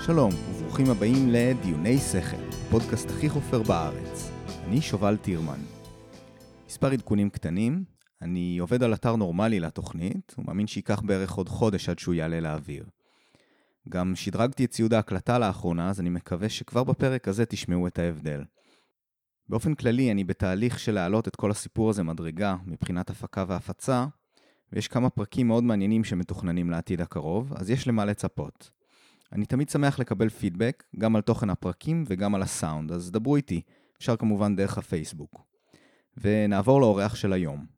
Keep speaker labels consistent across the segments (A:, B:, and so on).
A: שלום, וברוכים הבאים לדיוני שכל, פודקאסט הכי חופר בארץ. אני שובל תירמן. מספר עדכונים קטנים, אני עובד על אתר נורמלי לתוכנית, ומאמין שיקח בערך עוד חודש עד שהוא יעלה לאוויר. גם שדרגתי את ציוד ההקלטה לאחרונה, אז אני מקווה שכבר בפרק הזה תשמעו את ההבדל. באופן כללי, אני בתהליך של להעלות את כל הסיפור הזה מדרגה מבחינת הפקה והפצה, ויש כמה פרקים מאוד מעניינים שמתוכננים לעתיד הקרוב, אז יש למה לצפות. אני תמיד שמח לקבל פידבק, גם על תוכן הפרקים וגם על הסאונד, אז דברו איתי, אפשר כמובן דרך הפייסבוק. ונעבור לאורח של היום.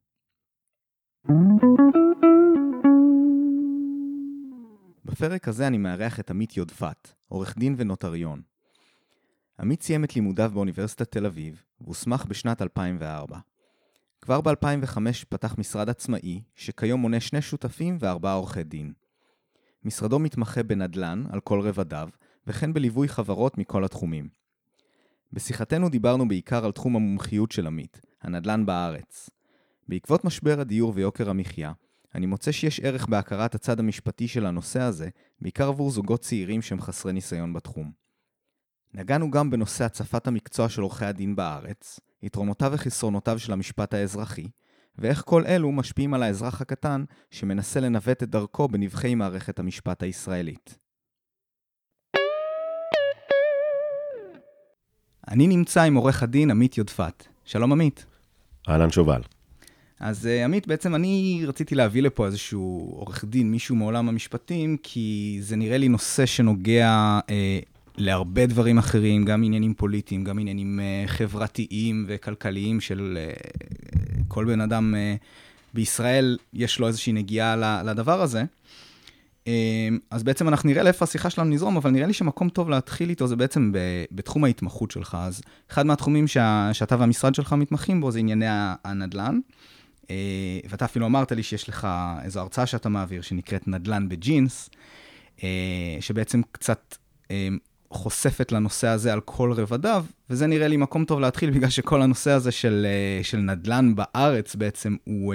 A: בפרק הזה אני מארח את עמית יודפת, עורך דין ונוטריון. עמית סיים את לימודיו באוניברסיטת תל אביב, והוסמך בשנת 2004. כבר ב-2005 פתח משרד עצמאי, שכיום מונה 2 שותפים ו4 עורכי דין. משרדו מתמחה בנדל"ן על כל רבדיו, וכן בליווי חברות מכל התחומים. בשיחתנו דיברנו בעיקר על תחום המומחיות של עמית, הנדל"ן בארץ. בעקבות משבר הדיור ויוקר המחיה, אני מוצא שיש ערך בהכרת הצד המשפטי של הנושא הזה, בעיקר עבור זוגות צעירים שהם חסרי ניסיון בתחום. נגענו גם בנושא הצפת המקצוע של עורכי הדין בארץ, יתרונותיו וחסרונותיו של המשפט האזרחי, ואיך כל אלו משפיעים על האזרח הקטן שמנסה לנווט את דרכו בנבחי מערכת המשפט הישראלית. אני נמצא עם עורך הדין עמית יודפת. שלום עמית.
B: אהלן שובל.
A: אז עמית, בעצם אני רציתי להביא לפה איזשהו עורך דין, מישהו מעולם המשפטים, כי זה נראה לי נושא שנוגע להרבה דברים אחרים, גם עניינים פוליטיים, גם עניינים חברתיים וכלכליים של כל בן אדם בישראל, יש לו איזושהי נגיעה לדבר הזה. אז בעצם אנחנו נראה לאיפה השיחה שלנו נזרום, אבל נראה לי שמקום טוב להתחיל איתו זה בעצם בתחום ההתמחות שלך. אז אחד מהתחומים שאתה והמשרד שלך מתמחים בו זה ענייני הנדל"ן, ואתה אפילו אמרת לי שיש לך איזו הרצאה שאתה מעביר שנקראת נדל"ן בג'ינס, שבעצם קצת חושפת לנושא הזה על כל רבדיו, וזה נראה לי מקום טוב להתחיל, בגלל שכל הנושא הזה של נדל"ן בארץ בעצם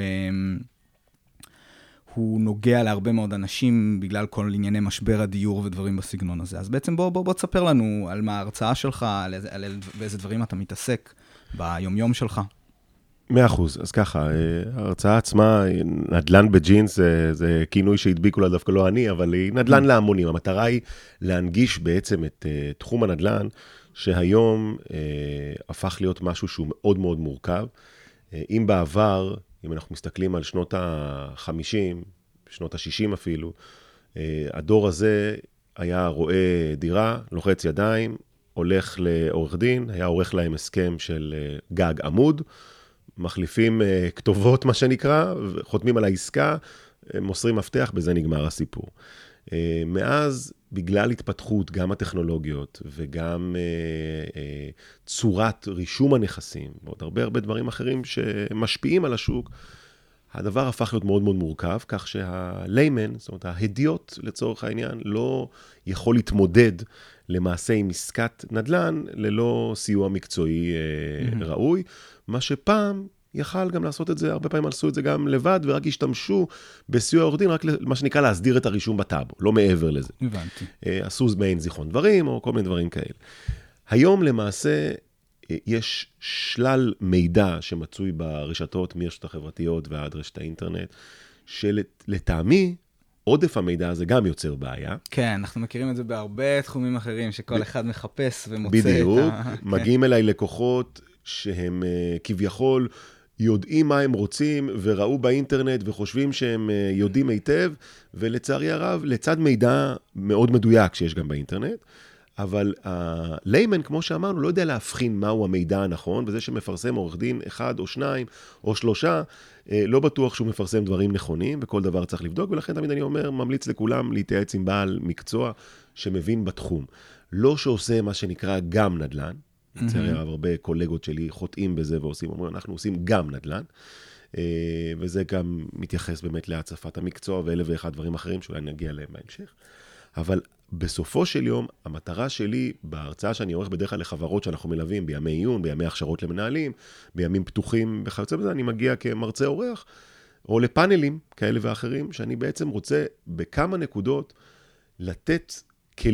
A: הוא נוגע להרבה מאוד אנשים, בגלל כל ענייני משבר הדיור ודברים בסגנון הזה. אז בעצם בוא תספר לנו על מה ההרצאה שלך, באיזה דברים אתה מתעסק ביומיום שלך.
B: 100%. אז ככה, ההרצאה עצמה, נדל"ן בג'ינס, זה כינוי שהדביקו לה דווקא לא אני, אבל היא נדל"ן להמונים. המטרה היא להנגיש בעצם את תחום הנדל"ן, שהיום הפך להיות משהו שהוא מאוד מאוד מורכב. אם בעבר, אם אנחנו מסתכלים על שנות ה-50, שנות ה-60 אפילו, הדור הזה היה רואה דירה, לוחץ ידיים, הולך לעורך דין, היה עורך להם הסכם של גג עמוד, מחליפים כתובות, מה שנקרא, חותמים על העסקה, מוסרים מפתח, בזה נגמר הסיפור. מאז, בגלל התפתחות, גם הטכנולוגיות וגם צורת רישום הנכסים, ועוד הרבה דברים אחרים שמשפיעים על השוק, הדבר הפך להיות מאוד מאוד מורכב, כך שהליימן, זאת אומרת, ההדיוט לצורך העניין, לא יכול להתמודד למעשה עם עסקת נדל"ן, ללא סיוע מקצועי ראוי, מה שפעם יכל גם לעשות את זה, הרבה פעמים עשו את זה גם לבד, ורק השתמשו בסיוע עורך דין, רק מה שנקרא להסדיר את הרישום בטאבו, לא מעבר לזה.
A: הבנתי.
B: עשו מעין זיכרון דברים, או כל מיני דברים כאלה. היום למעשה יש שלל מידע שמצוי ברשתות, מרשתות החברתיות ועד רשת האינטרנט, שלטעמי, עודף המידע הזה גם יוצר בעיה.
A: כן, אנחנו מכירים את זה בהרבה תחומים אחרים, שכל אחד מחפש ומוצא
B: בדיוק, מגיעים אליי לקוחות שהם כביכול יודעים מה הם רוצים, וראו באינטרנט וחושבים שהם יודעים היטב, ולצערי הרב, לצד מידע מאוד מדויק שיש גם באינטרנט, אבל הליימן, כמו שאמרנו, לא יודע להבחין מהו המידע הנכון, וזה שמפרסם עורך דין 1 או 2 או 3, לא בטוח שהוא מפרסם דברים נכונים, וכל דבר צריך לבדוק, ולכן תמיד אני אומר, ממליץ לכולם להתייעץ עם בעל מקצוע שמבין בתחום. לא שעושה מה שנקרא גם נדל"ן, לצערי הרב, הרבה קולגות שלי חוטאים בזה ועושים, אומרים, אנחנו עושים גם נדל"ן, וזה גם מתייחס באמת להצפת המקצוע, ואלה ואחד דברים אחרים שאולי נגיע להם בהמשך. אבל בסופו של יום, המטרה שלי בהרצאה שאני עורך בדרך כלל לחברות שאנחנו מלווים בימי עיון, בימי הכשרות למנהלים, בימים פתוחים וכיוצא בזה, אני מגיע כמרצה אורח, או לפאנלים כאלה ואחרים, שאני בעצם רוצה בכמה נקודות לתת כלים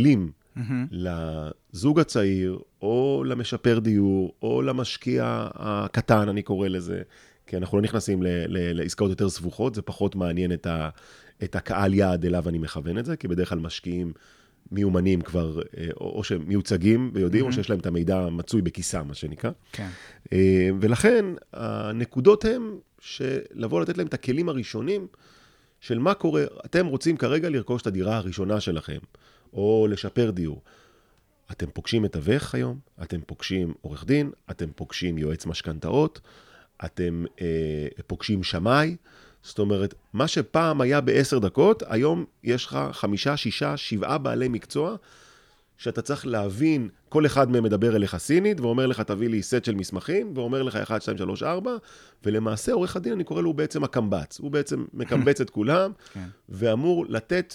B: לזוג הצעיר, או למשפר דיור, או למשקיע הקטן, אני קורא לזה, כי אנחנו לא נכנסים לעסקאות יותר סבוכות, זה פחות מעניין את הקהל יעד אליו אני מכוון את זה, כי בדרך כלל משקיעים מיומנים כבר, או שמיוצגים ויודעים, או שיש להם את המידע מצוי בכיסם, מה שנקרא.
A: כן.
B: ולכן, הנקודות הן שלבוא לתת להם את הכלים הראשונים, של מה קורה, אתם רוצים כרגע לרכוש את הדירה הראשונה שלכם, או לשפר דיור. אתם פוגשים מתווך היום, אתם פוגשים עורך דין, אתם פוגשים יועץ משכנתאות, אתם פוגשים שמאי, זאת אומרת, מה שפעם היה ב10 דקות, היום יש לך 5, 6, 7 בעלי מקצוע, שאתה צריך להבין, כל אחד מהם מדבר אליך סינית, ואומר לך, תביא לי סט של מסמכים, ואומר לך 1, 2, 3, 4, ולמעשה עורך הדין, אני קורא לו, הוא בעצם הקמבץ, הוא בעצם מקמבץ את כולם, ואמור לתת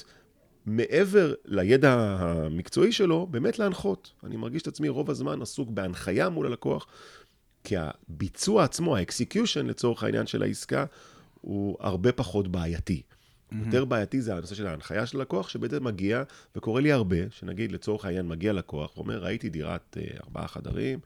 B: מעבר לידע המקצועי שלו, באמת להנחות. אני מרגיש את עצמי רוב הזמן עסוק בהנחיה מול הלקוח, כי הביצוע עצמו, האקסקיושן לצורך העניין של העסקה, הוא הרבה פחות בעייתי. יותר בעייתי זה הנושא של ההנחיה של לקוח, שבעצם מגיע, וקורא לי הרבה, שנגיד לצורך העניין מגיע לקוח, ואומר, ראיתי דירת 4 חדרים,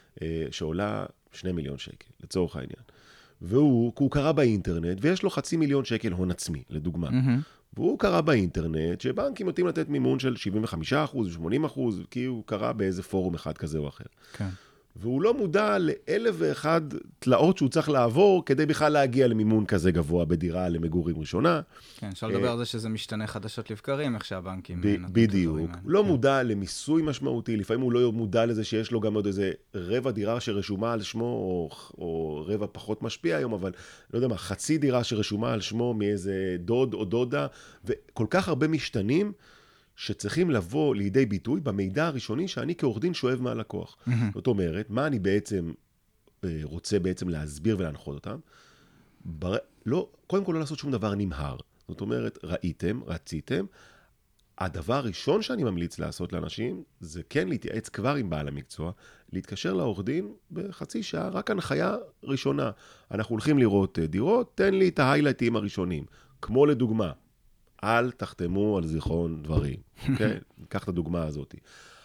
B: שעולה 2 מיליון שקל, לצורך העניין. והוא קרא באינטרנט, ויש לו 500,000 שקל הון עצמי, לדוגמה. והוא קרא באינטרנט, שבנקים נוטים לתת מימון של 75%, 80%, כי הוא קרא באיזה פורום אחד כזה או אחר.
A: כן.
B: והוא לא מודע ל1,001 תלאות שהוא צריך לעבור, כדי בכלל להגיע למימון כזה גבוה בדירה למגורים ראשונה.
A: כן, אפשר לדבר על זה שזה משתנה חדשות לבקרים, איך שהבנקים...
B: בדיוק. לא מודע למיסוי משמעותי, לפעמים הוא לא מודע לזה שיש לו גם עוד איזה רבע דירה שרשומה על שמו, או רבע פחות משפיע היום, אבל לא יודע מה, חצי דירה שרשומה על שמו מאיזה דוד או דודה, וכל כך הרבה משתנים, שצריכים לבוא לידי ביטוי במידע הראשוני שאני כעורך דין שואב מהלקוח. זאת אומרת, מה אני בעצם רוצה בעצם להסביר ולהנחות אותם? קודם כל לא לעשות שום דבר נמהר. זאת אומרת, ראיתם, רציתם. הדבר הראשון שאני ממליץ לעשות לאנשים, זה כן להתייעץ כבר עם בעל המקצוע, להתקשר לעורך דין בחצי שעה, רק הנחיה ראשונה. אנחנו הולכים לראות דירות, תן לי את ההיילייטים הראשונים. כמו לדוגמה, אל תחתמו על זיכרון דברים, אוקיי? ניקח את הדוגמה הזאת.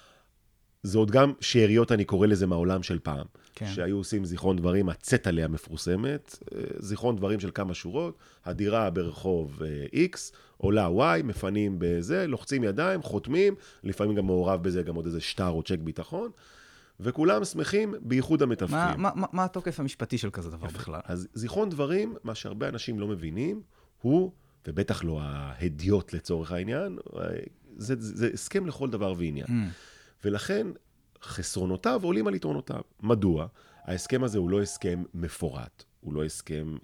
B: זה עוד גם שאריות, אני קורא לזה מהעולם של פעם, שהיו עושים זיכרון דברים, הצאת עליה מפורסמת, זיכרון דברים של כמה שורות, הדירה ברחוב X, עולה Y, מפנים בזה, לוחצים ידיים, חותמים, לפעמים גם מעורב בזה גם עוד איזה שטר או צ'ק ביטחון, וכולם שמחים בייחוד המתווכים.
A: מה התוקף המשפטי של כזה דבר בכלל?
B: אז זיכרון דברים, מה שהרבה אנשים לא מבינים, הוא... ובטח לא ההדיוט לצורך העניין, זה הסכם לכל דבר ועניין. ולכן חסרונותיו עולים על יתרונותיו. מדוע? ההסכם הזה הוא לא הסכם מפורט, הוא לא הסכם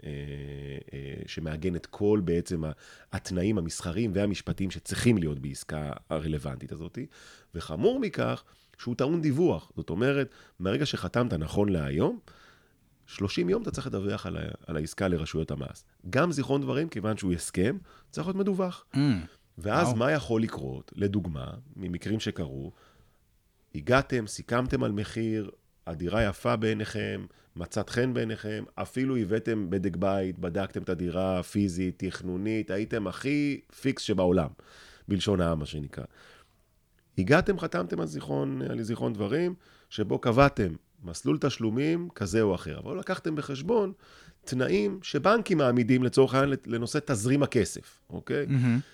B: שמעגן את כל בעצם התנאים המסחריים והמשפטיים שצריכים להיות בעסקה הרלוונטית הזאת, וחמור מכך שהוא טעון דיווח. זאת אומרת, מהרגע שחתמת נכון להיום, 30 יום אתה צריך לדווח על העסקה לרשויות המס. גם זיכרון דברים, כיוון שהוא הסכם, צריך להיות מדווח. ואז מה יכול לקרות? לדוגמה, ממקרים שקרו, הגעתם, סיכמתם על מחיר, הדירה יפה בעיניכם, מצאת חן בעיניכם, אפילו הבאתם בדק בית, בדקתם את הדירה פיזית, תכנונית, הייתם הכי פיקס שבעולם, בלשון העם מה שנקרא. הגעתם, חתמתם על זיכרון דברים, שבו קבעתם מסלול תשלומים כזה או אחר. אבל לקחתם בחשבון תנאים שבנקים מעמידים לצורך העניין לנושא תזרים הכסף, אוקיי?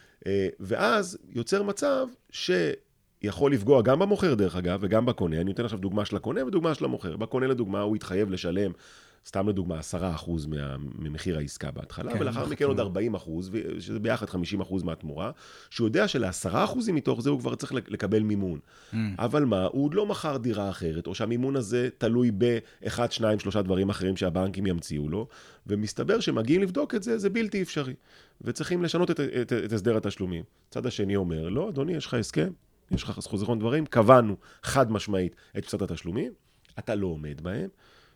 B: ואז יוצר מצב שיכול לפגוע גם במוכר דרך אגב, וגם בקונה. אני נותן עכשיו דוגמה של הקונה ודוגמה של המוכר. בקונה לדוגמה הוא יתחייב לשלם, סתם לדוגמה 10% ממחיר העסקה בהתחלה, ולאחר מכן עוד 40%, שזה ביחד 50% מהתמורה, שהוא יודע של10% מתוך זה הוא כבר צריך לקבל מימון. אבל מה? הוא עוד לא מכר דירה אחרת, או שהמימון הזה תלוי ב1, 2, 3 דברים אחרים שהבנקים ימציאו לו, ומסתבר שמגיעים לבדוק את זה, זה בלתי אפשרי. וצריכים לשנות את הסדר התשלומים. צד השני אומר, לא, אדוני, יש לך הסכם, יש לך זיכרון דברים, קבענו חד משמעית את פסת התשלומים, אתה לא עומד בהם,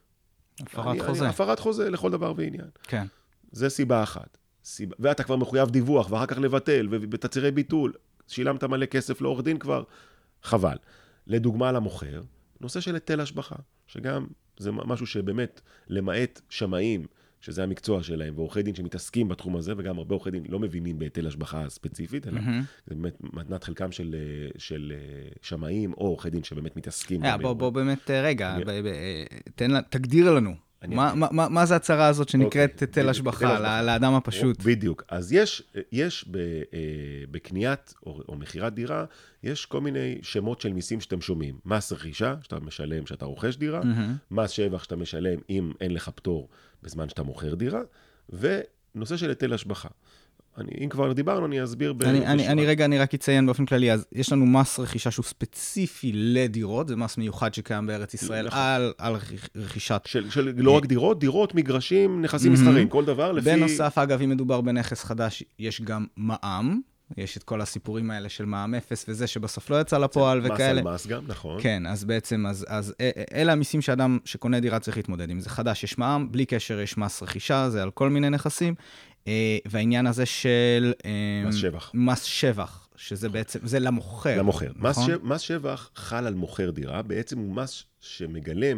B: הפרת חוזה לכל דבר ועניין.
A: כן.
B: זה סיבה אחת. ואתה כבר מחויב דיווח, ואחר כך לבטל, ובתצהירי ביטול, שילמת מלא כסף לעורך דין כבר, חבל. לדוגמה למוכר, נושא של היטל השבחה, שגם זה משהו שבאמת, למעט שמאים, שזה המקצוע שלהם, ועורכי דין שמתעסקים בתחום הזה, וגם הרבה עורכי דין לא מבינים בהיטל השבחה ספציפית, אלא זה באמת מתנת חלקם של שמאים, או עורכי דין שבאמת מתעסקים.
C: בוא באמת, רגע, תגדיר לנו. מה זה הצרה הזאת שנקראת היטל השבחה, לאדם הפשוט?
B: בדיוק. אז יש בקניית או מחירת דירה, יש כל מיני שמות של מיסים שאתם שומעים. מס רכישה, שאתה משלם שאתה רוכש דירה, מס שבח שאתה משלם אם אין לך פטור בזמן שאתה מוכר דירה, ונושא של היטל השבחה. אם כבר דיברנו, אני אסביר
C: אני רק אציין באופן כללי, אז יש לנו מס רכישה שהוא ספציפי לדירות, זה מס מיוחד שקיים בארץ ישראל על רכישת...
B: לא רק דירות, מגרשים, נכסים מסחריים, כל דבר לפי...
C: בנוסף, אגב, אם מדובר בנכס חדש, יש גם מע"מ, יש את כל הסיפורים האלה של מע"מ אפס וזה שבסוף לא יצא לפועל וכאלה.
B: מס על מס גם, נכון.
C: כן, אז בעצם, אז אלה המיסים שאדם שקונה דירה צריך להתמודד. אם זה חדש, יש מע"מ, בלי קשר יש מס רכישה, זה על כל מיני נכסים. והעניין הזה של... מס שבח, שזה בעצם, זה למוכר.
B: למוכר. מס שבח חל על מוכר דירה, בעצם הוא מס שמגלם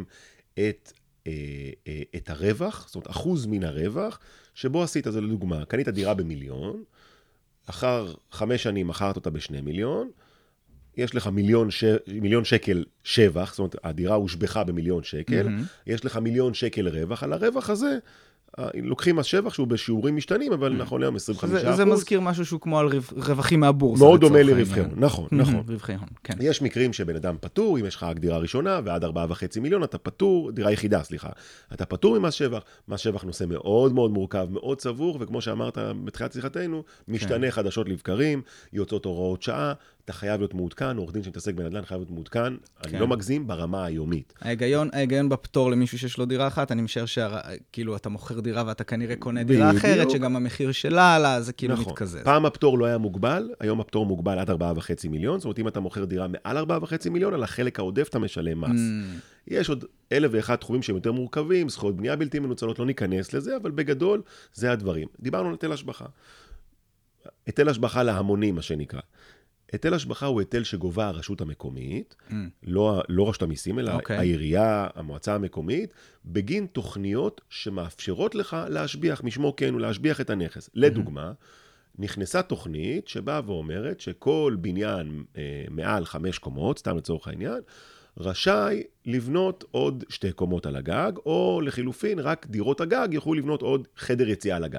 B: את הרווח, זאת אומרת, אחוז מן הרווח, שבו עשית, אז לדוגמה, קנית דירה ב1,000,000, אחר 5 שנים מכרת אותה ב2 מיליון, יש לך מיליון שקל שבח, זאת אומרת, הדירה הושבחה ב1,000,000 שקל, יש לך 1,000,000 שקל רווח, על הרווח הזה, לוקחים מס שבח שהוא בשיעורים משתנים, אבל נכון היום 25%.
C: זה מזכיר משהו שהוא כמו על רווחים מהבורסה.
B: מאוד דומה לרווחי הון, נכון.
C: רווחי הון, כן.
B: יש מקרים שבן אדם פטור, אם יש לך רק דירה ראשונה, ועד 4.5 מיליון, אתה פטור, דירה יחידה, סליחה. אתה פטור ממס שבח, מס שבח נושא מאוד מאוד מורכב, מאוד סבוך, וכמו שאמרת בתחילת שיחתנו, משתנה חדשות לבקרים, יוצאות הוראות שעה, אתה חייב להיות מעודכן, עורך דין שמתעסק בנדל"ן חייב להיות מעודכן, אני לא מגזים ברמה היומית.
C: ההיגיון בפטור למישהו שיש לו דירה אחת, אני משער שכאילו אתה מוכר דירה ואתה כנראה קונה דירה אחרת, שגם המחיר שלה עלה, זה כאילו מתקזז.
B: פעם הפטור לא היה מוגבל, היום הפטור מוגבל עד 4.5 מיליון, זאת אומרת אם אתה מוכר דירה מעל 4.5 מיליון, על החלק העודף אתה משלם מס. יש עוד 1,001 תחומים שהם יותר מורכבים, זכויות בנייה בלתי מנוצלות, לא ניכנס לזה, אבל בגדול זה הדברים. דיברנו על היטל השבחה. היטל השבחה להמונים, מה שנקרא. היטל השבחה הוא היטל שגובה הרשות המקומית, לא רשות המיסים, אלא העירייה, המועצה המקומית, בגין תוכניות שמאפשרות לך להשביח, משמו כן, ולהשביח את הנכס. לדוגמה, נכנסה תוכנית שבאה ואומרת שכל בניין מעל 5 קומות, סתם לצורך העניין, רשאי לבנות עוד 2 קומות על הגג, או לחילופין, רק דירות הגג יוכלו לבנות עוד חדר יציאה לגג.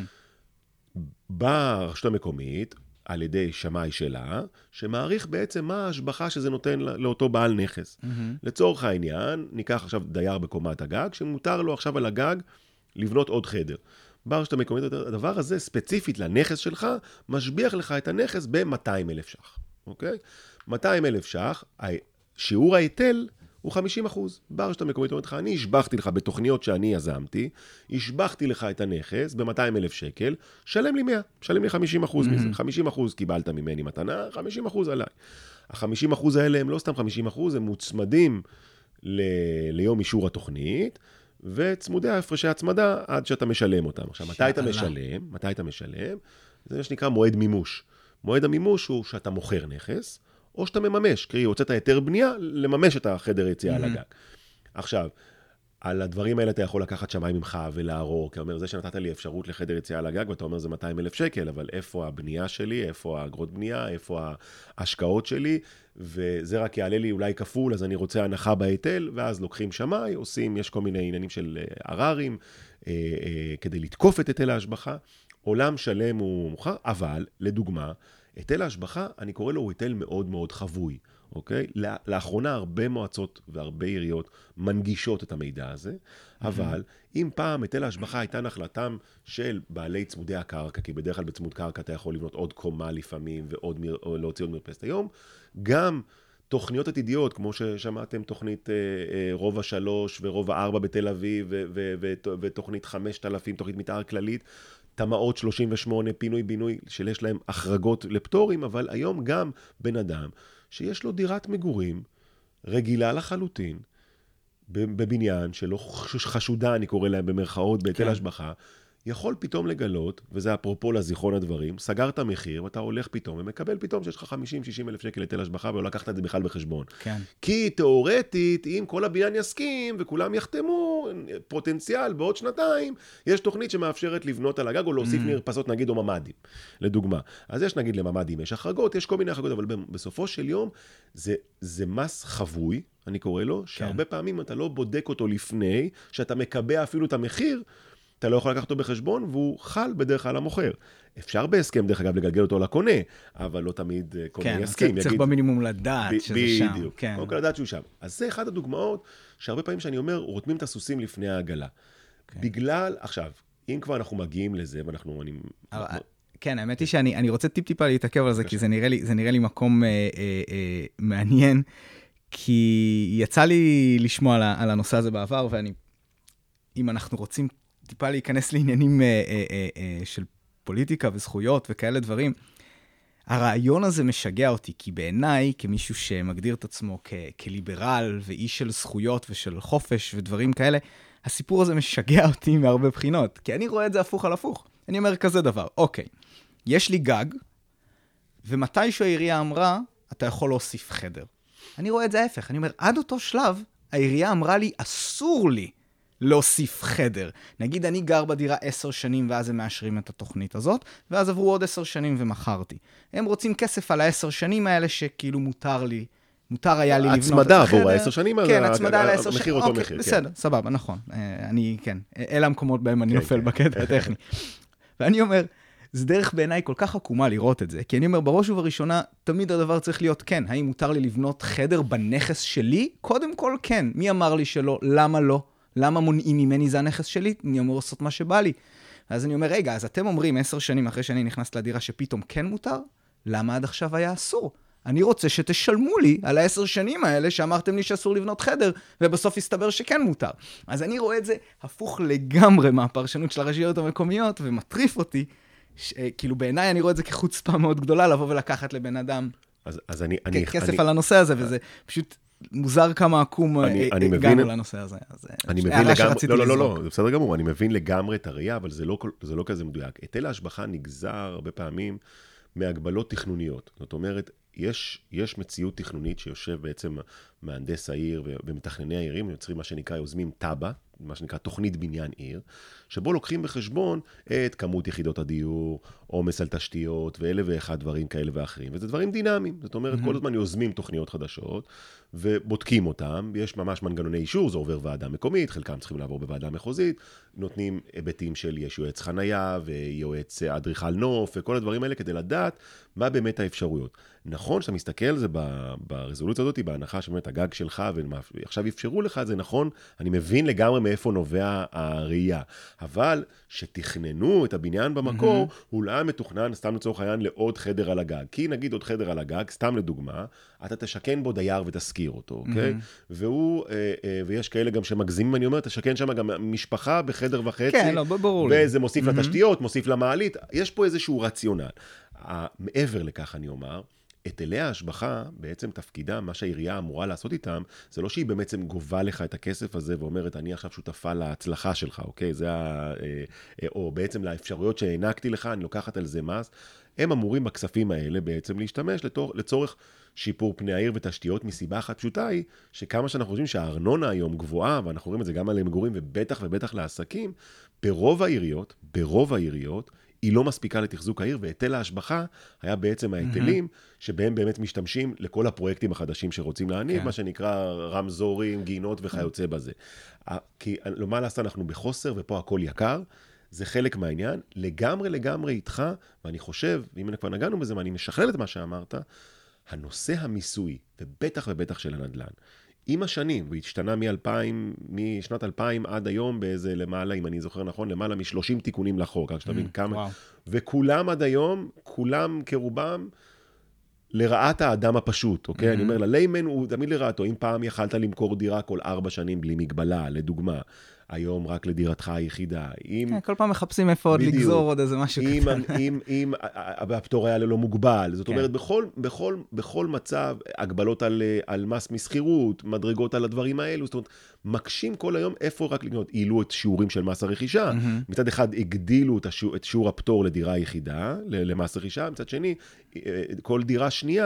B: ברשות המקומית, על ידי שמאי שלה, שמעריך בעצם מה ההשבחה שזה נותן לאותו בעל נכס. לצורך העניין, ניקח עכשיו דייר בקומת הגג, שמותר לו עכשיו על הגג לבנות עוד חדר. ברשות המקומית, הדבר הזה ספציפית לנכס שלך, משביח לך את הנכס ב-200,000 ש"ח. אוקיי? 200,000 ש"ח, שיעור ההיטל הוא 50%. ברשות המקומית אומרת לך, אני השבחתי לך בתוכניות שאני יזמתי, השבחתי לך את הנכס ב-200,000 שקל, שלם לי 100, שלם לי 50% מזה. 50% קיבלת ממני מתנה, 50% עליי. ה-50% האלה הם לא סתם 50%, הם מוצמדים ליום אישור התוכנית, וצמודי ההפרשי הצמדה עד שאתה משלם אותם. עכשיו, מתי אתה משלם? זה שנקרא מועד מימוש. מועד המימוש הוא שאתה מוכר נכס, או שאתה מממש, קרי, הוצאת היתר בנייה, לממש את החדר יציאה על הגג. עכשיו, על הדברים האלה אתה יכול לקחת שמאי ממך ולערור, כי אומר, זה שנתת לי אפשרות לחדר יציאה על הגג, ואתה אומר, זה 200,000 שקל, אבל איפה הבנייה שלי, איפה האגרות בנייה, איפה ההשקעות שלי, וזה רק יעלה לי אולי כפול, אז אני רוצה הנחה בהיטל, ואז לוקחים שמאי, עושים, יש כל מיני עניינים של עררים, כדי לתקוף את היטל ההשבחה, עולם שלם הוא מוכר, אבל, לדוגמה, היטל ההשבחה, אני קורא לו, הוא היטל מאוד מאוד חבוי, אוקיי? לאחרונה הרבה מועצות והרבה עיריות מנגישות את המידע הזה, אבל אם פעם היטל ההשבחה הייתה נחלתם של בעלי צמודי הקרקע, כי בדרך כלל בצמוד קרקע אתה יכול לבנות עוד קומה לפעמים, או להוציא עוד מרפסת. היום, גם תוכניות עתידיות, כמו ששמעתם, תוכנית רובע 3 ורובע 4 בתל אביב, ותוכנית 5,000, תוכנית מתאר כללית, תמ"אות 38, פינוי-בינוי, שיש להם החרגות לפטורים, אבל היום גם בן אדם שיש לו דירת מגורים רגילה לחלוטין, בבניין שלא חשודה, אני קורא להם במרכאות, בהיטל השבחה, יכול פתאום לגלות, וזה אפרופו לזיכרון הדברים, סגרת מחיר, ואתה הולך פתאום, ומקבל פתאום שיש לך 50-60 אלף שקל היטל השבחה, ולא לקחת את זה בכלל בחשבון.
C: כן.
B: כי תיאורטית, אם כל הבניין יסכים, וכולם יחתמו, פוטנציאל, בעוד שנתיים, יש תוכנית שמאפשרת לבנות על הגג, או להוסיף מרפסות, נגיד, או ממ"דים, לדוגמה. אז יש, נגיד, לממ"דים, יש החרגות, יש כל מיני החרגות, אבל בסופו של יום, זה מס חבוי, אני קורא לו, שהרבה פעמים אתה לא בודק אותו לפני, שאתה מקבע אפילו את המחיר, אתה לא יכול לקחת אותו בחשבון, והוא חל בדרך כלל המוכר. אפשר בהסכם, דרך אגב, לגלגל אותו לקונה, אבל לא תמיד קונה יסכים.
C: כן, צריך במינימום לדעת שזה שם.
B: בדיוק, קודם כל לדעת שהוא שם. אז זה אחד הדוגמאות, שהרבה פעמים שאני אומר, רותמים את הסוסים לפני העגלה. בגלל, עכשיו, אם כבר אנחנו מגיעים לזה, ואנחנו...
C: כן, האמת היא שאני רוצה טיפה להתעכב על זה, כי זה נראה לי מקום מעניין, כי יצא לי לשמוע על הנושא הזה בעבר, אם אנחנו רוצים טיפה להיכנס לעניינים של פוליטיקה וזכויות וכאלה דברים, הרעיון הזה משגע אותי, כי בעיניי, כמישהו שמגדיר את עצמו כליברל ואיש של זכויות ושל חופש ודברים כאלה, הסיפור הזה משגע אותי מהרבה בחינות, כי אני רואה את זה הפוך על הפוך. אני אומר כזה דבר, אוקיי, יש לי גג, ומתישהו העירייה אמרה, אתה יכול להוסיף חדר. אני רואה את זה ההפך, אני אומר, עד אותו שלב, העירייה אמרה לי, אסור לי להוסיף חדר. נגיד, אני גר בדירה 10 שנים, ואז הם מאשרים את התוכנית הזאת, ואז עברו עוד 10 שנים ומכרתי. הם רוצים כסף על 10 שנים האלה, שכאילו מותר היה לי לבנות את החדר.
B: הצמדה עבור 10 שנים,
C: כן, הצמדה על 10 שנים.
B: המחיר אותו מחיר.
C: בסדר, סבבה, נכון. אלה המקומות בהם אני נופל בקטע הטכני. ואני אומר, זה דרך בעיניי כל כך עקומה לראות את זה, כי אני אומר, בראש ובראשונה, תמיד הדבר צריך להיות כן. האם מותר לי לבנות חדר בנכס שלי? קודם כל כן. מי אמר לי שלא? למה לא? למה מונעים ממני זה הנכס שלי? אני אמור לעשות מה שבא לי. אז אני אומר, רגע, אז אתם אומרים 10 שנים אחרי שאני נכנס לדירה שפתאום כן מותר? למה עד עכשיו היה אסור? אני רוצה שתשלמו לי על 10 שנים האלה שאמרתם לי שאסור לבנות חדר, ובסוף הסתבר שכן מותר. אז אני רואה את זה הפוך לגמרי מהפרשנות של הרשויות המקומיות, ומטריף אותי, כאילו בעיניי אני רואה את זה כחוצפה מאוד גדולה, לבוא ולקחת לבן אדם כסף על הנושא הזה, וזה פשוט מוזר כמה עקום הגענו לנושא הזה.
B: אני מבין לגמרי, לא, זה בסדר גמור, אני מבין לגמרי את הראייה, אבל זה לא כזה מדויק. היטל ההשבחה נגזר הרבה פעמים מהגבלות תכנוניות. זאת אומרת, יש מציאות תכנונית שיושב בעצם מהנדס העיר ומתכנני העירים, יוצרים מה שנקרא, יוזמים טאבה, מה שנקרא תוכנית בניין עיר, שבו לוקחים בחשבון את כמות יחידות הדיור, עומס על תשתיות, ואלה ואחד דברים כאלה ואחרים. וזה דברים דינמיים. זאת אומרת, כל הזמן יוזמים תוכניות חדשות, ובודקים אותם, יש ממש מנגנוני אישור, זה עובר ועדה מקומית, חלקם צריכים לעבור בוועדה מחוזית, נותנים היבטים של יש יועץ חנייה, ויועץ אדריכל נוף, וכל הדברים האלה כדי לדעת מה באמת האפשרויות. נכון שאתה מסתכל על זה ברזולוציה הזאת, בהנחה שבאמת הגג שלך, ועכשיו אפשרו לך את זה, נכון, אני מבין לגמרי מאיפה נובע הראייה, אבל שתכננו את הבניין במקור, הוא לא היה מתוכנן, סתם לצורך העניין, לעוד חדר על הגג. כי נגיד עוד חדר על הגג, סתם לדוגמה, אתה תשכן בו דייר ותזכיר אותו, אוקיי? ויש כאלה גם שמגזימים, אני אומר, תשכן שם גם משפחה בחדר וחצי.
C: כן, לא, ברור לי.
B: וזה מוסיף לתשתיות, מוסיף למעלית, יש פה איזשהו רציונל. מעבר לכך אני אומר, היטלי ההשבחה, בעצם תפקידם, מה שהעירייה אמורה לעשות איתם, זה לא שהיא בעצם גובה לך את הכסף הזה ואומרת, אני עכשיו שותפה להצלחה שלך, אוקיי? או בעצם לאפשרויות שהענקתי לך, אני לוקחת על זה מס. הם אמורים בכספים האלה בעצם להשתמש לצורך שיפור פני העיר ותשתיות, מסיבה אחת פשוטה היא, שכמה שאנחנו חושבים שהארנונה היום גבוהה, ואנחנו רואים את זה גם על מגורים ובטח לעסקים, ברוב העיריות, היא לא מספיקה לתחזוק העיר, והיטל ההשבחה היה בעצם ההיטלים שבהם באמת משתמשים לכל הפרויקטים החדשים שרוצים להניב, מה שנקרא רמזורים, גינות וכיוצא בזה. כי מה לעשות, אנחנו בחוסר ופה הכל יקר, זה חלק מהעניין, לגמרי איתך, ואני חושב, ואם כבר נגענו בזה, ואני משכלל את מה שאמרת, הנושא המיסוי, ובטח של הנדל"ן, עם השנים, והשתנה משנת 2000 עד היום באיזה למעלה, אם אני זוכר נכון, למעלה מ-30 תיקונים לחוק, רק שתבין כמה, וכולם עד היום, כולם כרובם, לרעת האדם הפשוט, אוקיי? אני אומר, לליימן הוא תמיד לרעתו, אם פעם יכלת למכור דירה כל 4 שנים בלי מגבלה, לדוגמה, היום רק לדירתך היחידה.
C: כל פעם מחפשים איפה עוד לגזור עוד איזה משהו קטן.
B: אם הפטור היה ללא מוגבל, זאת אומרת, בכל מצב, הגבלות על מס מסחירות, מדרגות על הדברים האלו, זאת אומרת, מקשים כל היום איפה רק לקנות, העלו את שיעורים של מס הרכישה, מצד אחד הגדילו את שיעור הפטור לדירה היחידה, למס הרכישה, מצד שני, כל דירה שנייה,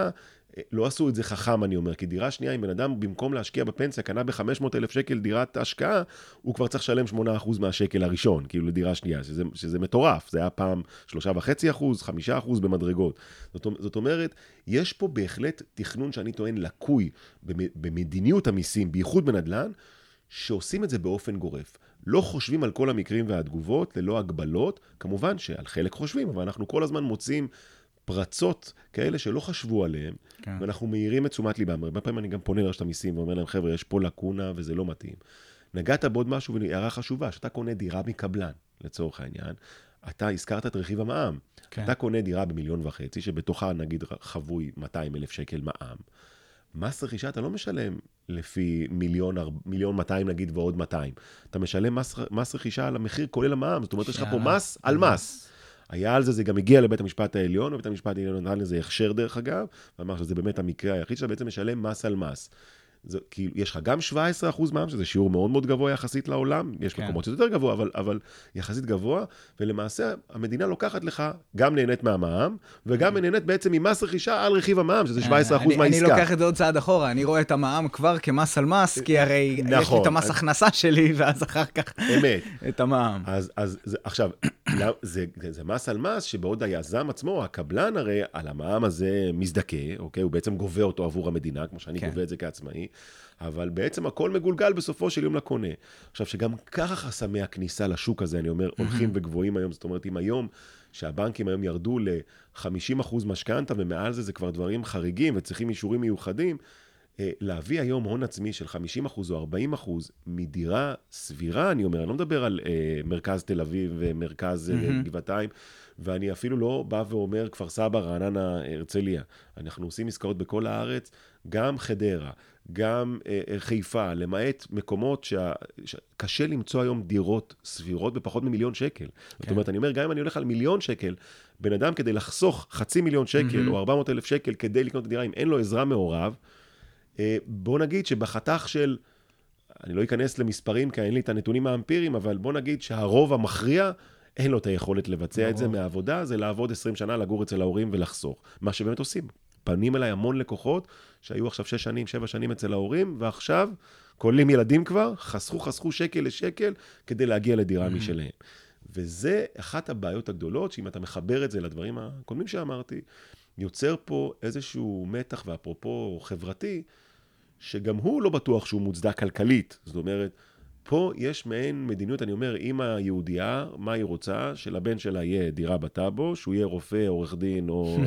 B: לא עשו את זה חכם, אני אומר, כי דירה שנייה, אם בן אדם במקום להשקיע בפנסיה, קנה ב-500,000 שקל דירת השקעה, הוא כבר צריך לשלם 8% מהשקל הראשון, כאילו לדירה שנייה, שזה מטורף, זה היה פעם 3.5%, 5% במדרגות. זאת אומרת, יש פה בהחלט תכנון שאני טוען לקוי במדיניות המיסים, בייחוד בנדל"ן, שעושים את זה באופן גורף. לא חושבים על כל המקרים והתגובות, ללא הגבלות, כמובן שעל חלק חושבים, אבל אנחנו כל הזמן מוצאים פרצות כאלה שלא חשבו עליהם, כן. ואנחנו מהירים את תשומת ליבם. הרבה פעמים אני גם פונה לרשת המיסים ואומר להם, חבר'ה, יש פה לקונה וזה לא מתאים. נגעת בעוד משהו והערה חשובה, שאתה קונה דירה מקבלן, לצורך העניין, אתה הזכרת את רכיב המע"מ. כן. אתה קונה דירה ב1.5 מיליון, שבתוכה נגיד חבוי 200,000 שקל מע"מ. מס רכישה אתה לא משלם לפי 1,200,000 נגיד ועוד 200. אתה משלם מס רכישה על המחיר כולל המע"מ, זאת אומרת, יש לך פה מס על מס. היה על זה גם הגיע לבית המשפט העליון, ובית המשפט העליון נתן לזה הכשר דרך אגב, ואמר שזה באמת המקרה היחיד שאתה בעצם משלם מס על מס. כאילו, יש לך גם 17% מע"מ, שזה שיעור מאוד מאוד גבוה יחסית לעולם, יש מקומות שזה יותר גבוה, אבל יחסית גבוה, ולמעשה המדינה לוקחת לך, גם נהנית מהמע"מ, וגם נהנית בעצם ממס רכישה על רכיב המע"מ, שזה 17% מהעסקה.
C: אני לוקח את זה עוד צעד אחורה, אני רואה את המע"מ כבר כמס על מס, כי הרי יש לי את המס הכנסה שלי, ואז אחר כך את המע"מ.
B: אז עכשיו, זה מס על מס, שבעוד היזם עצמו, הקבלן הרי על המע"מ הזה מזדכה, אוקיי? הוא בעצם גובה אותו עבור המדינה, כמו שאני גובה את זה כעצמאי, אבל בעצם הכל מגולגל בסופו של יום לקונה. עכשיו, שגם ככה חסמי הכניסה לשוק הזה, אני אומר, הולכים וגבוהים היום, זאת אומרת, אם היום, שהבנקים היום ירדו ל-50% משכנתא, ומעל זה כבר דברים חריגים, וצריכים אישורים מיוחדים, להביא היום הון עצמי של 50% או 40% מדירה סבירה, אני אומר, אני לא מדבר על מרכז תל אביב ומרכז גבעתיים, ואני אפילו לא בא ואומר כפר סבא, רעננה, הרצליה. אנחנו עושים עסקאות בכל הארץ, גם חדרה, גם חיפה, למעט מקומות שקשה למצוא היום דירות סבירות בפחות מ1,000,000 שקל. זאת אומרת, אני אומר, גם אם אני הולך על 1,000,000 שקל, בן אדם כדי לחסוך 500,000 שקל או 400,000 שקל כדי לקנות דירה, אם אין לו עזרה מעורב, בוא נגיד שבחתך של, אני לא אכנס למספרים, כי אין לי את הנתונים האמפיריים, אבל בוא נגיד שהרוב המכריע, אין לו את היכולת לבצע את זה מהעבודה, זה לעבוד 20 שנה, לגור אצל ההורים ולחסוך. מה שבאמת עושים. פנים אליי המון לקוחות, שהיו עכשיו 6 שנים, 7 שנים אצל ההורים, ועכשיו, כוללים ילדים כבר, חסכו שקל לשקל, כדי להגיע לדירה משלהם. וזה אחת הבעיות הגדולות, שאם אתה מחבר את זה לדברים הקודמים שאמרתי, יוצר פה איזשהו מתח, ואפרופו חברתי, שגם הוא לא בטוח שהוא מוצדק כלכלית. זאת אומרת, פה יש מעין מדיניות, אני אומר, אמא יהודייה, מה היא רוצה? שלבן שלה יהיה דירה בטאבו, שהוא יהיה רופא, עורך דין,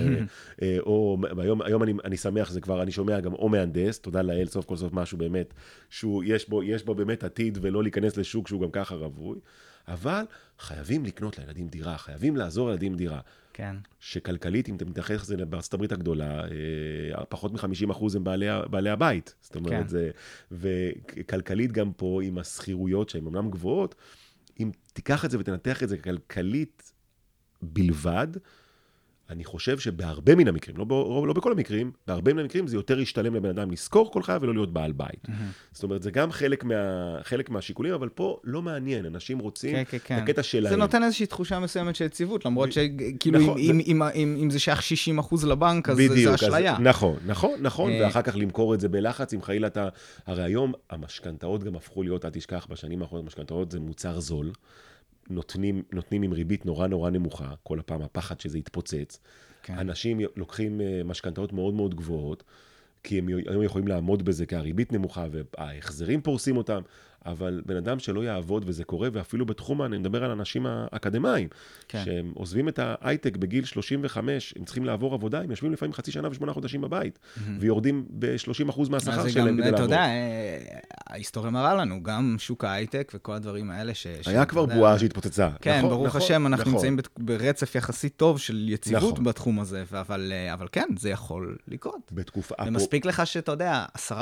B: או היום אני שמח, זה כבר, אני שומע גם או מהנדס, תודה לאל, סוף כל סוף משהו באמת, יש בו באמת עתיד, ולא להיכנס לשוק שהוא גם ככה רווי, אבל חייבים לקנות לילדים דירה, חייבים לעזור לילדים דירה.
C: כן.
B: שכלכלית, אם אתה מתייחס לזה בארצות הברית הגדולה, פחות מ50% הם בעלי הבית. זאת אומרת, זה, וכלכלית גם פה, עם הסחירויות שהן אמנם גבוהות, אם תיקח את זה ותנתח את זה כלכלית בלבד, אני חושב שבהרבה מן המקרים, לא בכל המקרים, בהרבה מן המקרים זה יותר ישתלם לבן אדם לשכור כל חייו ולא להיות בעל בית. זאת אומרת, זה גם חלק מהשיקולים, אבל פה לא מעניין, אנשים רוצים את הקטע שלהם.
C: זה נותן איזושהי תחושה מסוימת של יציבות, למרות שכאילו אם זה שייך 60% לבנק, אז זה אשליה.
B: נכון, ואחר כך למכור את זה בלחץ, אם חלילה אתה, הרי היום המשכנתאות גם הפכו להיות, אל תשכח, בשנים האחרונות המשכנתאות זה מוצר זול, נותנים עם ריבית נורא נמוכה, כל הפעם הפחד שזה יתפוצץ. כן. אנשים לוקחים משכנתאות מאוד מאוד גבוהות, כי הם היום יכולים לעמוד בזה, כי הריבית נמוכה וההחזרים פורסים אותם, אבל בן אדם שלא יעבוד וזה קורה, ואפילו בתחום, אני מדבר על אנשים האקדמיים, כן. שהם עוזבים את ההייטק בגיל 35, הם צריכים לעבור עבודה, הם יושבים לפעמים חצי שנה ו8 חודשים בבית, ויורדים ב-30% מהשכר שלהם כדי לעבור.
C: אתה יודע, ההיסטוריה מראה לנו, גם שוק ההייטק וכל הדברים האלה
B: היה כבר בועה שהתפוצצה.
C: כן, ברוך השם, אנחנו נמצאים ברצף יחסית טוב של יציבות בתחום הזה, אבל כן, זה יכול לקרות. ומספיק לך שאתה יודע, 10%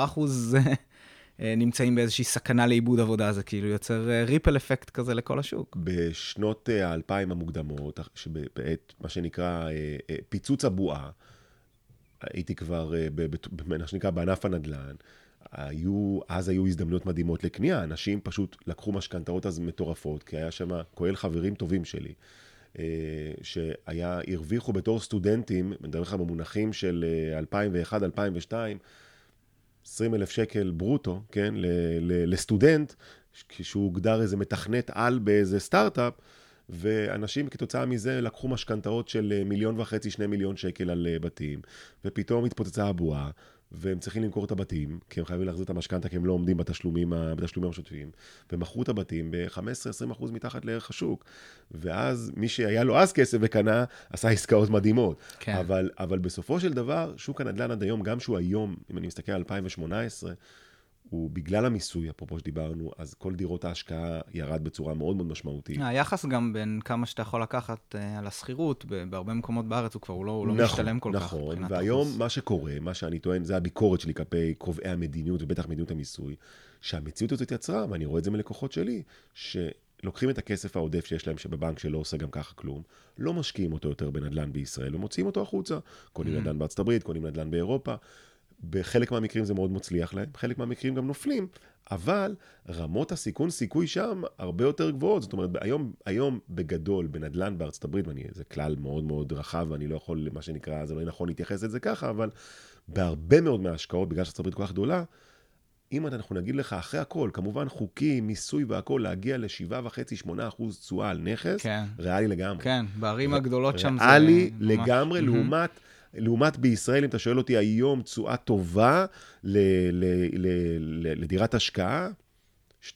C: נמצאים באיזושהי סכנה לאיבוד עבודה, זה כאילו יוצר ריפל אפקט כזה לכל השוק.
B: בשנות 2000 המוקדמות, שבעת מה שנקרא פיצוץ הבועה, הייתי כבר, מה שנקרא בענף הנדל"ן, אז היו הזדמנויות מדהימות לקנייה, אנשים פשוט לקחו משכנתאות אז מטורפות, כי היה שם כולל חברים טובים שלי, הרוויחו בתור סטודנטים, מדבר לך במונחים של 2001-2002, 20,000 שקל ברוטו, כן, לסטודנט, כשהוא הוגדר איזה מתכנת על באיזה סטארט-אפ, ואנשים כתוצאה מזה לקחו משכנתאות של 1.5 מיליון, 2 מיליון שקל על בתים, ופתאום התפוצצה הבועה, והם צריכים למכור את הבתים, כי הם חייבים להחזיר את המשכנתה, כי הם לא עומדים בתשלומים השוטפים, ומכרו את הבתים ב-15-20% מתחת לערך השוק. ואז מי שהיה לו אז כסף וקנה, עשה עסקאות מדהימות. כן. אבל בסופו של דבר, שוק הנדל"ן עד היום, גם שהוא היום, אם אני מסתכל על 2018, הוא בגלל המיסוי, אפרופו שדיברנו, אז כל דירות ההשקעה ירד בצורה מאוד מאוד משמעותית.
C: היחס גם בין כמה שאתה יכול לקחת על הסחירות, בהרבה מקומות בארץ הוא כבר לא משתלם כל כך.
B: נכון, והיום מה שקורה, מה שאני טוען, זה הביקורת שלי כלפי קובעי המדיניות, ובטח מדיניות המיסוי, שהמציאות הזאת יצרה, ואני רואה את זה מלקוחות שלי, שלוקחים את הכסף העודף שיש להם שבבנק שלא עושה גם ככה כלום, לא משקיעים אותו יותר בנדל"ן בישראל, ומוציאים אותו החוצה. קונים נדל"ן בארצות הברית, קונים נדל"ן באירופה. בחלק מהמקרים זה מאוד מצליח להם, בחלק מהמקרים גם נופלים, אבל רמות סיכוי שם הרבה יותר גבוהות. זאת אומרת, היום בגדול, בנדל"ן בארצות הברית, זה כלל מאוד מאוד רחב, ואני לא יכול, מה שנקרא, זה לא נכון להתייחס לזה ככה, אבל בהרבה מאוד מההשקעות, בגלל שארצות הברית כל כך גדולה, אם אנחנו נגיד לך אחרי הכל, כמובן חוקי, מיסוי והכל, להגיע ל7.5-8% תשואה על נכס, כן. ריאלי לגמרי.
C: כן, בערים הגדולות שם זה...
B: ריאלי לגמרי, לעומת בישראל, אם אתה שואל אותי היום, תשואה טובה לדירת השקעה, 2.3,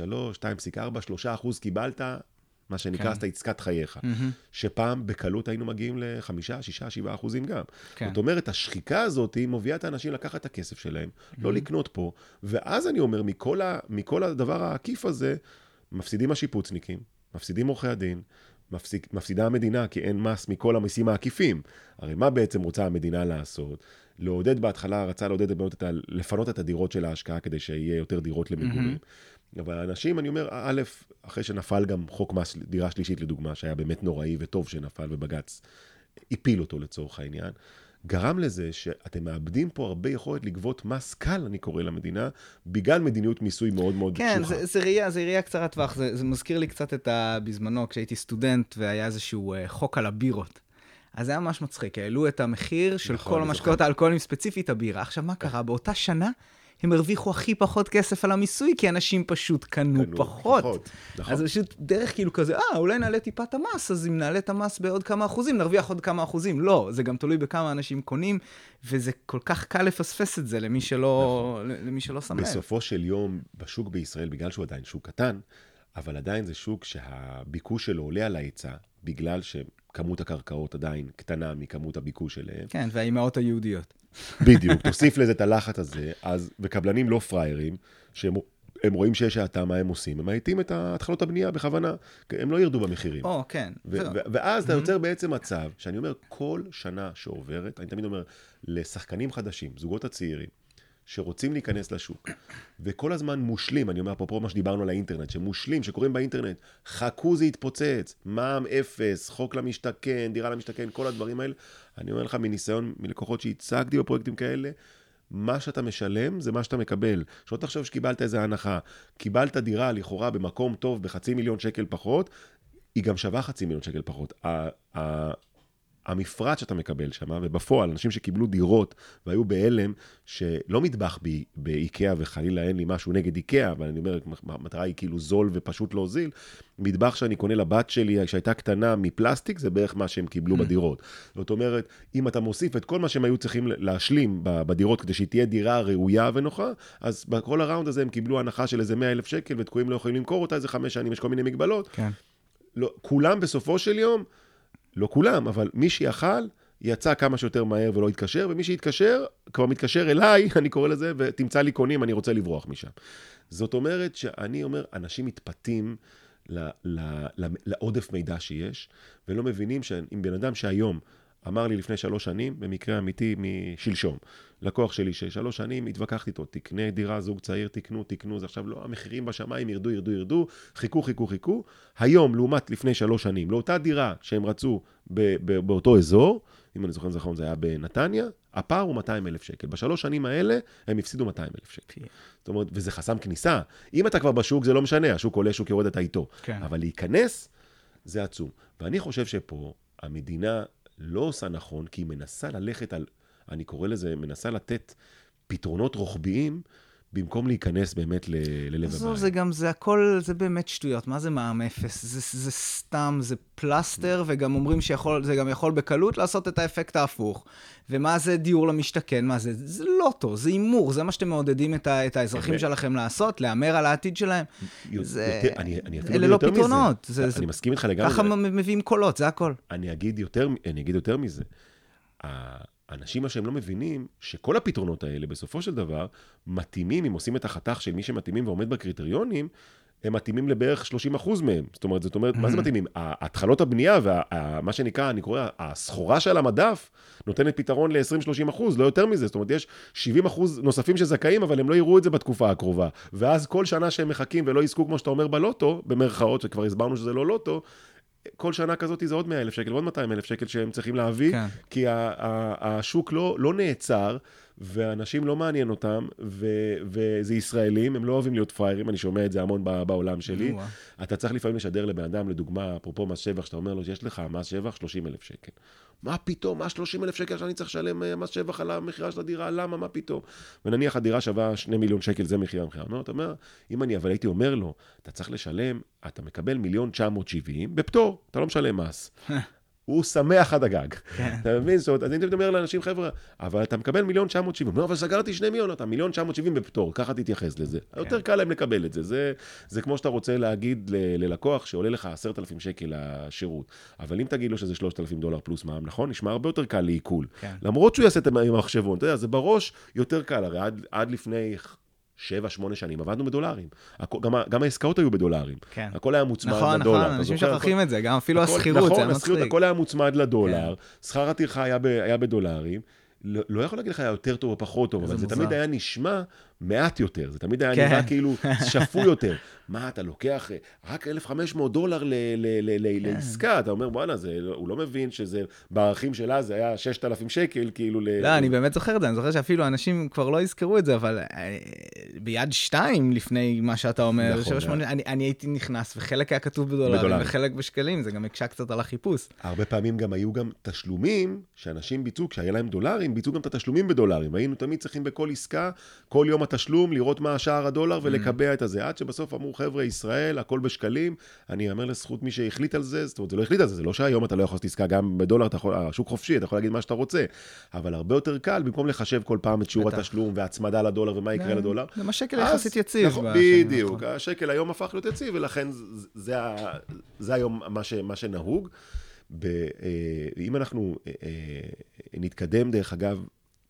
B: 2.4, 3% קיבלת, מה שנקרא, עשת עסקת חייך. שפעם בקלות היינו מגיעים ל5, 6, 7% גם. זאת אומרת, השחיקה הזאת היא מובילה את האנשים לקחת את הכסף שלהם, לא לקנות פה, ואז אני אומר, מכל הדבר העקיף הזה, מפסידים השיפוצניקים, מפסידים עורכי הדין, מפסידה המדינה, כי אין מס מכל המיסים העקיפים. הרי מה בעצם רוצה המדינה לעשות? לעודד בהתחלה, רצה לעודד לפנות את הדירות של ההשקעה, כדי שיהיה יותר דירות למגורים. אבל האנשים, אני אומר, א', אחרי שנפל גם חוק מס דירה שלישית לדוגמה, שהיה באמת נוראי וטוב שנפל, ובג"ץ הפיל אותו לצורך העניין, גרם לזה שאתם מאבדים פה הרבה יכולת לגבות מס קל, אני קורא למדינה, בגלל מדיניות מיסוי מאוד מאוד
C: כן, קשוחה. כן, זה ראייה קצרת טווח. זה מזכיר לי קצת בזמנו, כשהייתי סטודנט והיה איזשהו חוק על הבירות. אז זה היה ממש מצחיק. העלו את המחיר של כל המשקאות האלכוהוליים, ספציפית הבירה. עכשיו, מה קרה? באותה שנה הם הרוויחו הכי פחות כסף על המיסוי, כי אנשים פשוט קנו פחות. אז פשוט דרך כאילו כזה, אולי נעלה טיפה את המס, אז אם נעלה את המס בעוד כמה אחוזים, נרוויח עוד כמה אחוזים. לא, זה גם תלוי בכמה אנשים קונים, וזה כל כך קל לפספס את זה למי שלא שם לב.
B: בסופו של יום, בשוק בישראל, בגלל שהוא עדיין שוק קטן, אבל עדיין זה שוק שהביקוש שלו עולה על ההיצע, בגלל שכמות הקרקעות עדיין קטנה מכמות הביקוש שלהם.
C: כן, והאימהות היהודיות.
B: בדיוק, תוסיף לזה את הלחץ הזה, וקבלנים לא פריירים, שהם רואים שיש האטה מה הם עושים, הם מאיטים את התחלות הבנייה בכוונה, הם לא ירדו במחירים.
C: כן.
B: ואז אתה יוצר בעצם מצב, שאני אומר, כל שנה שעוברת, אני תמיד אומר, לשחקנים חדשים, זוגות הצעירים, שרוצים להיכנס לשוק, וכל הזמן מושלים, אני אומר, פה מה שדיברנו על האינטרנט, שמושלים, שקוראים באינטרנט, חכו זה יתפוצץ, מע"מ 0, חוק למשתכן, דירה למשתכן, כל הדברים האלה, אני אומר לך מניסיון, מלקוחות שהצגתי בפרויקטים כאלה, מה שאתה משלם זה מה שאתה מקבל. שלא תחשוב שקיבלת איזה הנחה, קיבלת דירה לכאורה במקום טוב ב500,000 שקל פחות, היא גם שווה 500,000 שקל פחות. המפרט שאתה מקבל שם, ובפועל, אנשים שקיבלו דירות והיו בהלם, שלא מטבח באיקאה, וחלילה אין לי משהו נגד איקאה, אבל אני אומר, המטרה היא כאילו זול ופשוט להוזיל, מטבח שאני קונה לבת שלי, שהייתה קטנה מפלסטיק, זה בערך מה שהם קיבלו בדירות. זאת אומרת, אם אתה מוסיף את כל מה שהם היו צריכים להשלים בדירות, כדי שהיא תהיה דירה ראויה ונוחה, אז בכל הראונד הזה הם קיבלו הנחה של איזה 100,000 שקל, ותקועים לא יכולים למכור אותה, איזה 5 שנים, יש כל מיני מגבלות.
C: כן.
B: לא, כולם בסופו של יום, לא כולם, אבל מי שיכל, יצא כמה שיותר מהר ולא יתקשר, ומי שיתקשר, כבר מתקשר אליי, אני קורא לזה, ותמצא לי קונים, אני רוצה לברוח משם. זאת אומרת שאני אומר, אנשים מתפתים לעודף מידע שיש, ולא מבינים שאם בן אדם שהיום אמר לי לפני 3 שנים, במקרה אמיתי משלשום, לקוח שלי ש3 שנים, התווכחתי איתו, תקנה דירה, זוג צעיר, תקנו, זה עכשיו לא, המחירים בשמיים ירדו, חיכו. היום, לעומת לפני 3 שנים, לאותה דירה שהם רצו באותו אזור, אם אני זוכר נכון, זה היה בנתניה, הפער הוא 200,000 שקל. ב3 שנים האלה, הם הפסידו 200,000 שקל. זאת אומרת, וזה חסם כניסה. אם אתה כבר בשוק, זה לא משנה, השוק עולה, שוק יורד, אתה איתו.
C: כן.
B: אבל להיכנס, זה עצום. ואני חושב שפה המדינה לא עושה נכון, כי היא מנסה ללכת על, אני קורא לזה, מנסה לתת פתרונות רוחביים, במקום להיכנס באמת ללב המים.
C: זה גם, זה הכל, זה באמת שטויות. מה זה מע"מ אפס? זה סתם, זה פלסטר, וגם אומרים שזה גם יכול בקלות לעשות את האפקט ההפוך. ומה זה דיור למשתכן? מה זה? זה לוטו, זה אימור, זה מה שאתם מעודדים את האזרחים שלכם לעשות, לאמר על העתיד שלהם. אלה לא פתרונות.
B: אני מסכים איתך לגמרי.
C: ככה מביאים קולות, זה הכל.
B: אני אגיד יותר מזה. האנשים שהם לא מבינים שכל הפתרונות האלה בסופו של דבר מתאימים, אם עושים את החתך של מי שמתאימים ועומד בקריטריונים, הם מתאימים לבערך 30% מהם. זאת אומרת, מה זה מתאימים? התחלות הבנייה ומה שנקרא, אני קורא, הסחורה של המדף נותנת פתרון ל-20-30%, לא יותר מזה. זאת אומרת, יש 70% נוספים שזכאים, אבל הם לא יראו את זה בתקופה הקרובה. ואז כל שנה שהם מחכים ולא יזכו, כמו שאתה אומר, בלוטו, במרכאות, שכבר הסברנו שזה לא לוטו, כל שנה כזאת זה עוד 100,000 שקל ועוד 200,000 שקל שהם צריכים להביא, כן. כי השוק לא נעצר, ואנשים לא מעניין אותם, וזה ישראלים, הם לא אוהבים להיות פריירים, אני שומע את זה המון בעולם שלי. אתה צריך לפעמים לשדר לבן אדם, לדוגמה, אפרופו מס שבח, שאתה אומר לו שיש לך מס שבח 30,000 שקל. מה פתאום? מה 30,000 שקל שאני צריך לשלם מס שבח על המחירה של הדירה? למה? מה פתאום? ונניח הדירה שווה 2 מיליון שקל, זה מחיר המחירה. אתה אומר, אבל הייתי אומר לו, אתה צריך לשלם, אתה מקבל 1,970,000 בפטור, אתה לא משלם מס. הוא שמח עד הגג. אתה מבין? זאת אומרת, אז אני אומר לאנשים, חבר'ה, אבל אתה מקבל 1,970,000. לא, אבל סגרתי 2 מיליון, אתה 1,970,000 בפטור, ככה תתייחס לזה. יותר קל להם לקבל את זה. זה כמו שאתה רוצה להגיד ללקוח שעולה לך 10,000 שקל לשירות. אבל אם תגיד לו שזה $3,000 פלוס מע"מ, נכון? נשמע הרבה יותר קל לעיכול. למרות שהוא יעשה את המחשבון, אתה יודע, זה בראש יותר קל. הרי עד לפני 7-8 שנים, עבדנו בדולרים. גם העסקאות היו בדולרים. כן. הכל היה מוצמד לדולר.
C: נכון, אנשים שוכחים את זה, גם אפילו הסחירות, זה היה מצחיק.
B: הכל היה מוצמד לדולר, שכר הטרחה היה בדולרים, לא יכול להגיד לך היה יותר טוב או פחות טוב, אבל זה תמיד היה נשמע מעט יותר, זה תמיד היה נראה כאילו שפוי יותר. מה, אתה לוקח רק $1,500 לעסקה, אתה אומר, בואנה, הוא לא מבין שזה, בערכים שלה זה היה 6,000 שקל, כאילו
C: לא, אני באמת זוכר את זה, אני זוכר שאפילו אנשים כבר לא יזכרו את זה, אבל ביד 2 לפני מה שאתה אומר, אני הייתי נכנס, וחלק היה כתוב בדולרים, וחלק בשקלים, זה גם הקשה קצת על החיפוש.
B: הרבה פעמים גם היו גם תשלומים, שאנשים ביצעו, כשהיה להם דולרים, ביצעו גם את התשלומים בדולרים, היינו תמיד צריכים בכל עסקה, כל יום התשלום, לראות מה שער הדולר ולקבע את הזה. עד שבסוף אמרו, חבר'ה, ישראל, הכל בשקלים. אני אומר לזכות מי שהחליט על זה, זאת אומרת, זה לא החליט על זה, זה לא שהיום אתה לא יכול לעשות עסקה גם בדולר, השוק חופשי, אתה יכול להגיד מה שאתה רוצה. אבל הרבה יותר קל, במקום לחשב כל פעם את שיעור התשלום והצמדה לדולר ומה יקרה לדולר.
C: זה השקל יחסית יציב.
B: בדיוק, השקל היום הפך להיות יציב, ולכן זה היום מה שנהוג. אם אנחנו נתקדם, דרך אגב,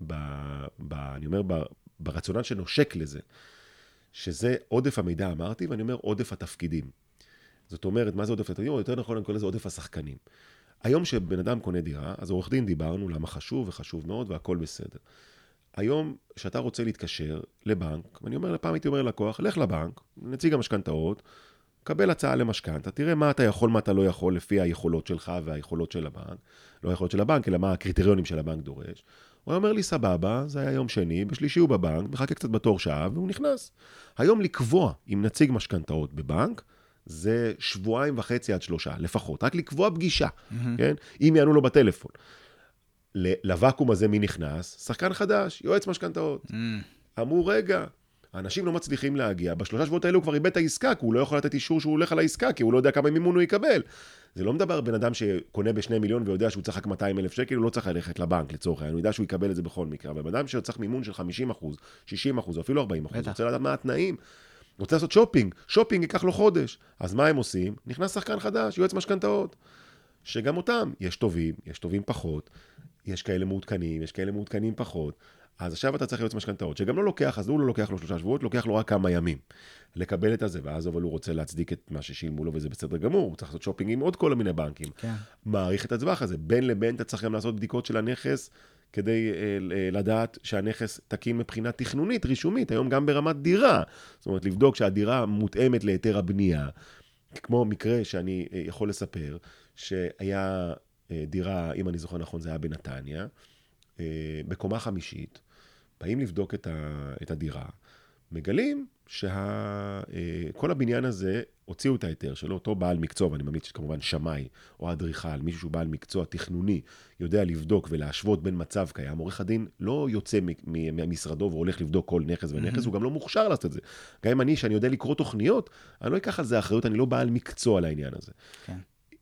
B: אני אומר, ברציונל שנושק לזה, שזה עודף המידע אמרתי, ואני אומר עודף התפקידים. זאת אומרת, מה זה עודף התפקידים? או יותר נכון, אני קורא לזה עודף השחקנים. היום שבן אדם קונה דירה, אז עורך דין דיברנו, למה חשוב וחשוב מאוד, והכל בסדר. היום, שאתה רוצה להתקשר לבנק, ואני אומר, לפעם הייתי אומר ללקוח, לך לבנק, נציג המשכנתאות, קבל הצעה למשכנתא, תראה מה אתה יכול, מה אתה לא יכול, לפי היכולות שלך והיכולות של הבנק, לא היכולות של הבנק, אלא מה הקריטריונים של הבנק דורש. הוא אומר לי, סבבה, זה היה יום שני, בשלישי הוא בבנק, מחכה קצת בתור שעה, והוא נכנס. היום לקבוע עם נציג משכנתאות בבנק, זה 2.5 עד 3 לפחות, רק לקבוע פגישה, כן? אם יענו לו בטלפון. לוואקום הזה מי נכנס? שחקן חדש, יועץ משכנתאות. אמרו, רגע, האנשים לא מצליחים להגיע, בשלושה שבועות האלו הוא כבר איבד את העסקה, כי הוא לא יכול לתת אישור שהוא הולך על העסקה, כי הוא לא יודע כמה מימון הוא יקבל. זה לא מדבר בן אדם שקונה ב2 מיליון ויודע שהוא צריך רק 200,000 שקל, הוא לא צריך ללכת לבנק לצורך העניין, הוא יודע שהוא יקבל את זה בכל מקרה, אבל בן אדם שצריך מימון של 50%, 60%, או אפילו 40%, רוצה לדעת מה התנאים, רוצה לעשות שופינג ייקח לו חודש. אז מה הם עושים? נכנס שחקן חדש, יועץ משכנתאות, שגם אותם יש טובים פחות, יש כאלה מעודכנים, יש כאלה מעודכנים פחות. אז עכשיו אתה צריך יועץ משכנתאות, שגם לא לוקח, אז הוא לא לוקח לו 3 שבועות, לוקח לו רק כמה ימים. לקבל את הזה, ואז אבל הוא רוצה להצדיק את מה ששילמו לו, וזה בסדר גמור, הוא צריך לעשות שופינג עם עוד כל מיני בנקים. כן. מעריך את הצווח הזה. בין לבין אתה צריך גם לעשות בדיקות של הנכס, כדי לדעת שהנכס תקין מבחינה תכנונית, רישומית, היום גם ברמת דירה. זאת אומרת, לבדוק שהדירה מותאמת ליתר הבנייה. כמו מקרה שאני יכול לספר, שהיה דירה, אם אני זוכר נכון, זה היה בנתניה, בקומה 5, באים לבדוק את הדירה, מגלים שכל הבניין הזה הוציאו את ההיתר שלו, אותו בעל מקצוע, ואני ממליץ כמובן שמאי או אדריכל, מישהו שהוא בעל מקצוע תכנוני, יודע לבדוק ולהשוות בין מצב קיים. עורך הדין לא יוצא ממשרדו והולך לבדוק כל נכס ונכס, הוא גם לא מוכשר לעשות את זה. גם אם שאני יודע לקרוא תוכניות, אני לא אקח על זה אחריות, אני לא בעל מקצוע לעניין הזה.
C: כן.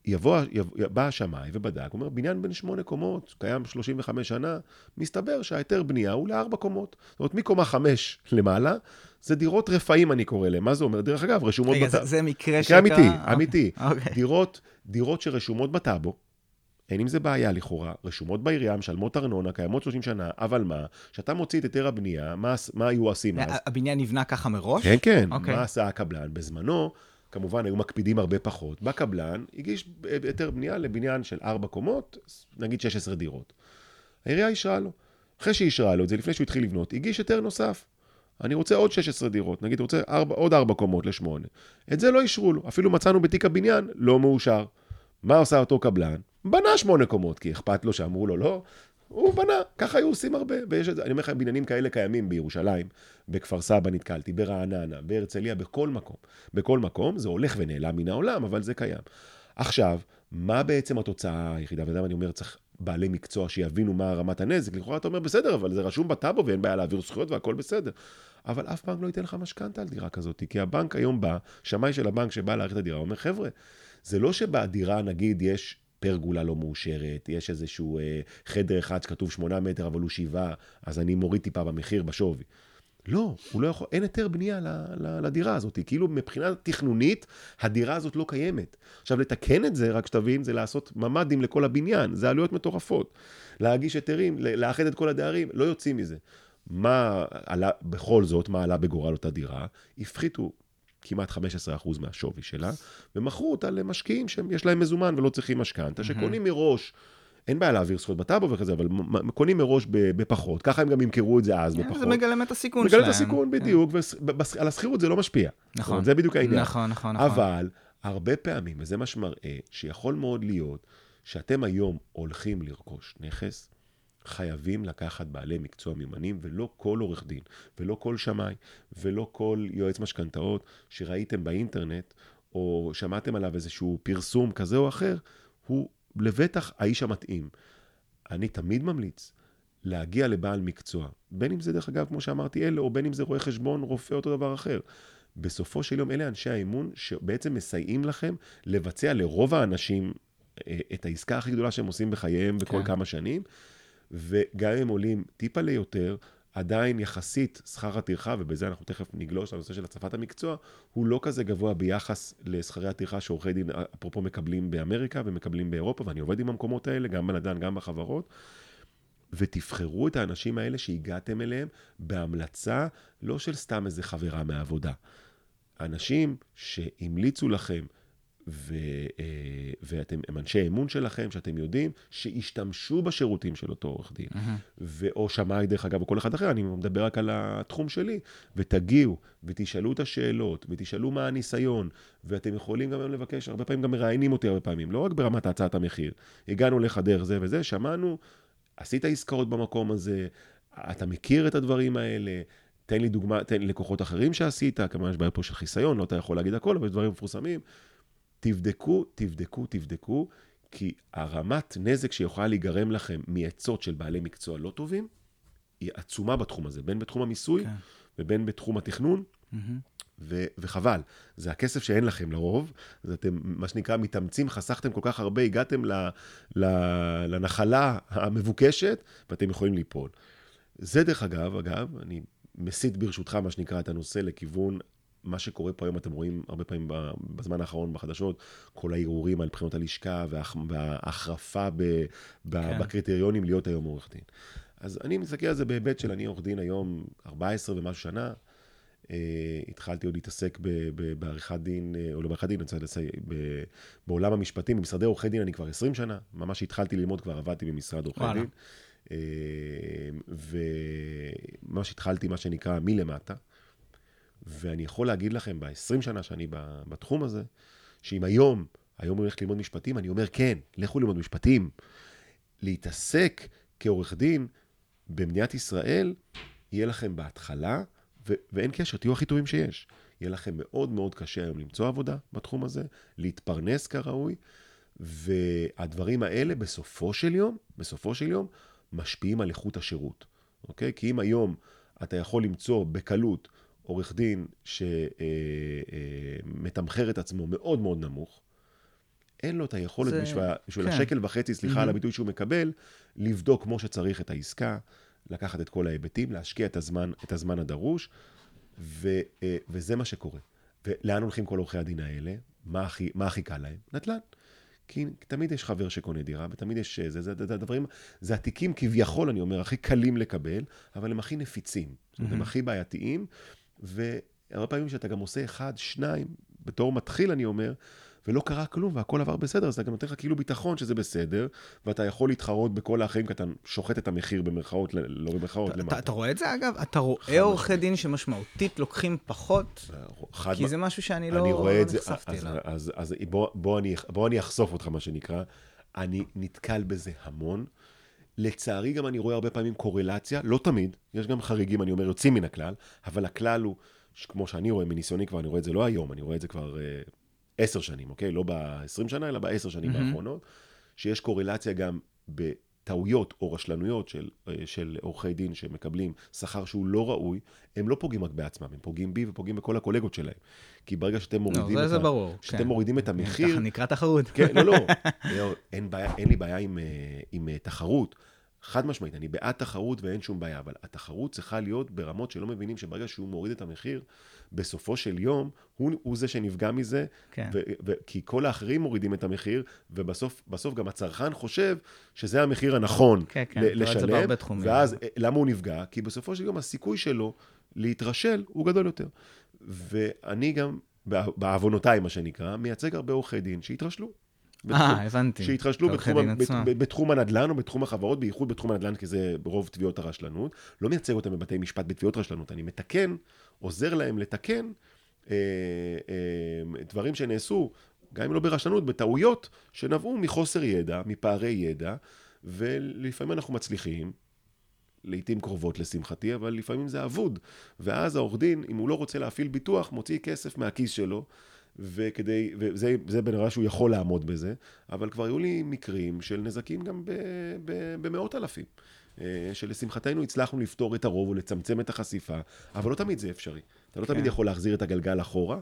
B: בא השמאי ובדק, הוא אומר, בניין בין 8 קומות, קיים 35 שנה, מסתבר שההיתר בנייה הוא ל4 קומות. זאת אומרת, מקומה 5 למעלה, זה דירות רפאים, אני קורא להם. מה זה אומר? דרך אגב, רשומות
C: רגע, זה מקרה שאתה...
B: אמיתי.
C: אוקיי.
B: דירות שרשומות בטאבו, אין עם זה בעיה לכאורה, רשומות בעירייה, משלמות ארנונה, קיימות 30 שנה, אבל מה? שאתה מוציא את היתר הבנייה, מה היו עושים אז?
C: הבניין נבנה ככה מראש?
B: כן, כן. מה עשה הקבלן? בזמנו, כמובן, היו מקפידים הרבה פחות. בקבלן הגיש היתר בנייה לבניין של 4 קומות, נגיד 16 דירות. העירייה אישרה לו. אחרי שאישרה לו את זה, לפני שהוא התחיל לבנות, הגיש היתר נוסף. אני רוצה עוד 16 דירות, נגיד, רוצה עוד 4 קומות ל8. את זה לא אישרו לו. אפילו מצאנו בתיק הבניין, לא מאושר. מה עושה אותו קבלן? בנה 8 קומות, כי אכפת לו שאמרו לו לא. הוא בנה, ככה היו עושים הרבה. ויש את זה, אני אומר לך, בניינים כאלה קיימים בירושלים, בכפר סבא נתקלתי, ברעננה, בהרצליה, בכל מקום. בכל מקום, זה הולך ונעלם מן העולם, אבל זה קיים. עכשיו, מה בעצם התוצאה היחידה? ואדם אני אומר, צריך בעלי מקצוע שיבינו מה רמת הנזק. לכאורה אתה אומר, בסדר, אבל זה רשום בטאבו ואין בעיה להעביר זכויות והכל בסדר. אבל אף בנק לא ייתן לך משכנתה על דירה כזאת, כי הבנק היום בא, שמאי של הבנק שבא להעריך את הדירה, אומר, חבר'ה, זה לא שבדירה, נגיד, יש פרגולה לא מאושרת, יש איזשהו חדר אחד שכתוב 8 מטר, אבל הוא 7, אז אני מוריד טיפה במחיר, בשווי. לא, הוא לא יכול, אין היתר בנייה לדירה הזאת. כאילו מבחינה תכנונית, הדירה הזאת לא קיימת. עכשיו, לתקן את זה, רק שתבין, זה לעשות ממדים לכל הבניין. זה עלויות מטורפות. להגיש היתרים, לאחד את כל הדיירים, לא יוצאים מזה. מה עלה, בכל זאת, מה עלה בגורל אותה דירה? הפחיתו כמעט 15% מהשווי שלה, ומכרו אותה למשקיעים שיש להם מזומן ולא צריכים משכנתה, שקונים מראש, אין בעיה להעביר זכויות בטאבו וכזה, אבל קונים מראש בפחות, ככה הם גם ימכרו את זה אז בפחות.
C: זה מגלם את הסיכון שלהם.
B: מגלם את הסיכון בדיוק, ועל הסחירות זה לא משפיע.
C: נכון.
B: זה בדיוק העניין.
C: נכון.
B: אבל הרבה פעמים, וזה מה שמראה, שיכול מאוד להיות, שאתם היום הולכים לרכוש נכס, חייבים לקחת בעלי מקצוע מיומנים, ולא כל עורך דין, ולא כל שמאי, ולא כל יועץ משכנתאות שראיתם באינטרנט, או שמעתם עליו איזשהו פרסום כזה או אחר, הוא לבטח האיש המתאים. אני תמיד ממליץ להגיע לבעל מקצוע, בין אם זה דרך אגב, כמו שאמרתי, אלה, או בין אם זה רואה חשבון, רופא, אותו דבר אחר. בסופו של יום, אלה אנשי האימון שבעצם מסייעים לכם לבצע לרוב האנשים את העסקה הכי גדולה שהם עושים בחייהם בכל כמה שנים, וגם אם עולים טיפה ליותר, עדיין יחסית שכר הטרחה, ובזה אנחנו תכף נגלוש לנושא של הצפת המקצוע, הוא לא כזה גבוה ביחס לשכרי הטרחה שעורכי דין, אפרופו מקבלים באמריקה ומקבלים באירופה, ואני עובד עם המקומות האלה, גם בנדל"ן, גם בחברות, ותבחרו את האנשים האלה שהגעתם אליהם בהמלצה, לא של סתם איזה חברה מהעבודה. אנשים שהמליצו לכם, ואתם אנשי אמון שלכם, שאתם יודעים, שישתמשו בשירותים של אותו עורך דין, או שמאי דרך אגב, או כל אחד אחר, אני מדבר רק על התחום שלי, ותגיעו, ותשאלו את השאלות, ותשאלו מה הניסיון, ואתם יכולים גם לבקש, הרבה פעמים גם מראיינים אותי הרבה פעמים, לא רק ברמת הצעת המחיר, הגענו לך דרך זה וזה, שמענו, עשית עסקאות במקום הזה, אתה מכיר את הדברים האלה, תן לי דוגמה, תן לי לקוחות אחרים שעשית, כמובן יש בעיה פה של חיסיון, לא אתה יכול להגיד הכל, אבל יש דברים מפורסמים, תבדקו, כי הרמת נזק שיכולה להיגרם לכם מעצות של בעלי מקצוע לא טובים, היא עצומה בתחום הזה, בין בתחום המיסוי ובין בתחום התכנון, וחבל, זה הכסף שאין לכם לרוב, אז אתם, מה שנקרא, מתאמצים, חסכתם כל כך הרבה, הגעתם לנחלה המבוקשת, ואתם יכולים ליפול. זה דרך אגב, אני מסית ברשותך, מה שנקרא, את הנושא לכיוון, מה שקורה פה היום, אתם רואים הרבה פעמים בזמן האחרון בחדשות, כל הערעורים על בחינות הלשכה וההחרפה בקריטריונים להיות היום עורך דין. אז אני מסתכל על זה בהיבט של אני עורך דין היום 14 ומשהו שנה, התחלתי עוד להתעסק בעריכת דין, או לא בעריכת דין, אני רוצה בעולם המשפטים, במשרדי עורכי דין אני כבר 20 שנה, ממש התחלתי ללמוד, כבר עבדתי במשרד עורכי דין, וממש התחלתי מה שנקרא מלמטה, ואני יכול להגיד לכם, ב-20 שנה שאני בתחום הזה, שאם היום הולך ללמוד משפטים, אני אומר, כן, לכו ללמוד משפטים. להתעסק כעורך דין במדינת ישראל, יהיה לכם בהתחלה, ואין קשר, תהיו הכי טובים שיש. יהיה לכם מאוד מאוד קשה היום למצוא עבודה בתחום הזה, להתפרנס כראוי, והדברים האלה בסופו של יום, משפיעים על איכות השירות. אוקיי? כי אם היום אתה יכול למצוא בקלות עורך דין שמתמחר את עצמו מאוד מאוד נמוך, אין לו את היכולת בשביל השקל וחצי, סליחה על הביטוי שהוא מקבל, לבדוק כמו שצריך את העסקה, לקחת את כל ההיבטים, להשקיע את הזמן הדרוש, וזה מה שקורה. ולאן הולכים כל עורכי הדין האלה? מה הכי קל להם? נדל"ן. כי תמיד יש חבר שקונה דירה, ותמיד יש הדברים, זה התיקים כביכול, אני אומר, הכי קלים לקבל, אבל הם הכי נפיצים. זאת אומרת, הם הכי בעייתיים, והרבה פעמים שאתה גם עושה 1, 2, בתור מתחיל אני אומר, ולא קרה כלום, והכל עבר בסדר, אז אתה גם נותן לך כאילו ביטחון שזה בסדר, ואתה יכול להתחרות בכל האחרים, כי אתה שוחט את המחיר במרכאות, לא במרכאות, למטה.
C: אתה רואה את זה אגב? אתה רואה עורכי דין שמשמעותית לוקחים פחות? כי זה משהו שאני לא נחשפתי אליו.
B: אז בוא אני אחשוף אותך, מה שנקרא. אני נתקל בזה המון. לצערי גם אני רואה הרבה פעמים קורלציה, לא תמיד, יש גם חריגים, אני אומר, יוצאים מן הכלל, אבל הכלל הוא, כמו שאני רואה מניסיוני כבר, אני רואה את זה לא היום, אני רואה את זה כבר 10 שנים, אוקיי? לא ב-20 שנה, אלא ב-10 שנים האחרונות, שיש קורלציה גם בטעויות או רשלנויות של עורכי דין שמקבלים שכר שהוא לא ראוי, הם לא פוגעים רק בעצמם, הם פוגעים בי ופוגעים בכל הקולגות שלהם. כי ברגע שאתם מורידים
C: זה ברור.
B: שאתם מורידים את המחיר...
C: ככה נקרא תחרות.
B: כן, לא. אין לי בעיה עם תחרות. חד משמעית, אני בעד תחרות ואין שום בעיה, אבל התחרות צריכה להיות ברמות שלא מבינים שברגע שהוא מוריד את המחיר, בסופו של יום, הוא זה שנפגע מזה,
C: כן.
B: כי כל האחרים מורידים את המחיר, ובסוף גם הצרכן חושב שזה המחיר הנכון לשלם, ואז למה הוא נפגע? כי בסופו של יום הסיכוי שלו להתרשל הוא גדול יותר. ואני גם, בעוונותיי מה שנקרא, מייצג הרבה עורכי דין שהתרשלו.
C: הבנתי.
B: שהתרשלו בתחום הנדל"ן או בתחום החברות, בייחוד בתחום הנדל"ן, כי זה ברוב תביעות הרשלנות. לא מייצג אותם בבתי משפט בתביעות רשלנות. אני מתקן, עוזר להם לתקן דברים שנעשו, גם אם לא ברשלנות, בטעויות שנבעו מחוסר ידע, מפערי ידע, ולפעמים אנחנו מצליחים, לעתים קרובות לשמחתי, אבל לפעמים זה אבוד. ואז העורך דין, אם הוא לא רוצה להפעיל ביטוח, מוציא כסף מהכיס שלו, וזה בנראה שהוא יכול לעמוד בזה, אבל כבר היו לי מקרים של נזקים גם במאות אלפים, שלשמחתנו הצלחנו לפתור את הרוב ולצמצם את החשיפה, אבל לא תמיד זה אפשרי. אתה לא תמיד יכול להחזיר את הגלגל אחורה,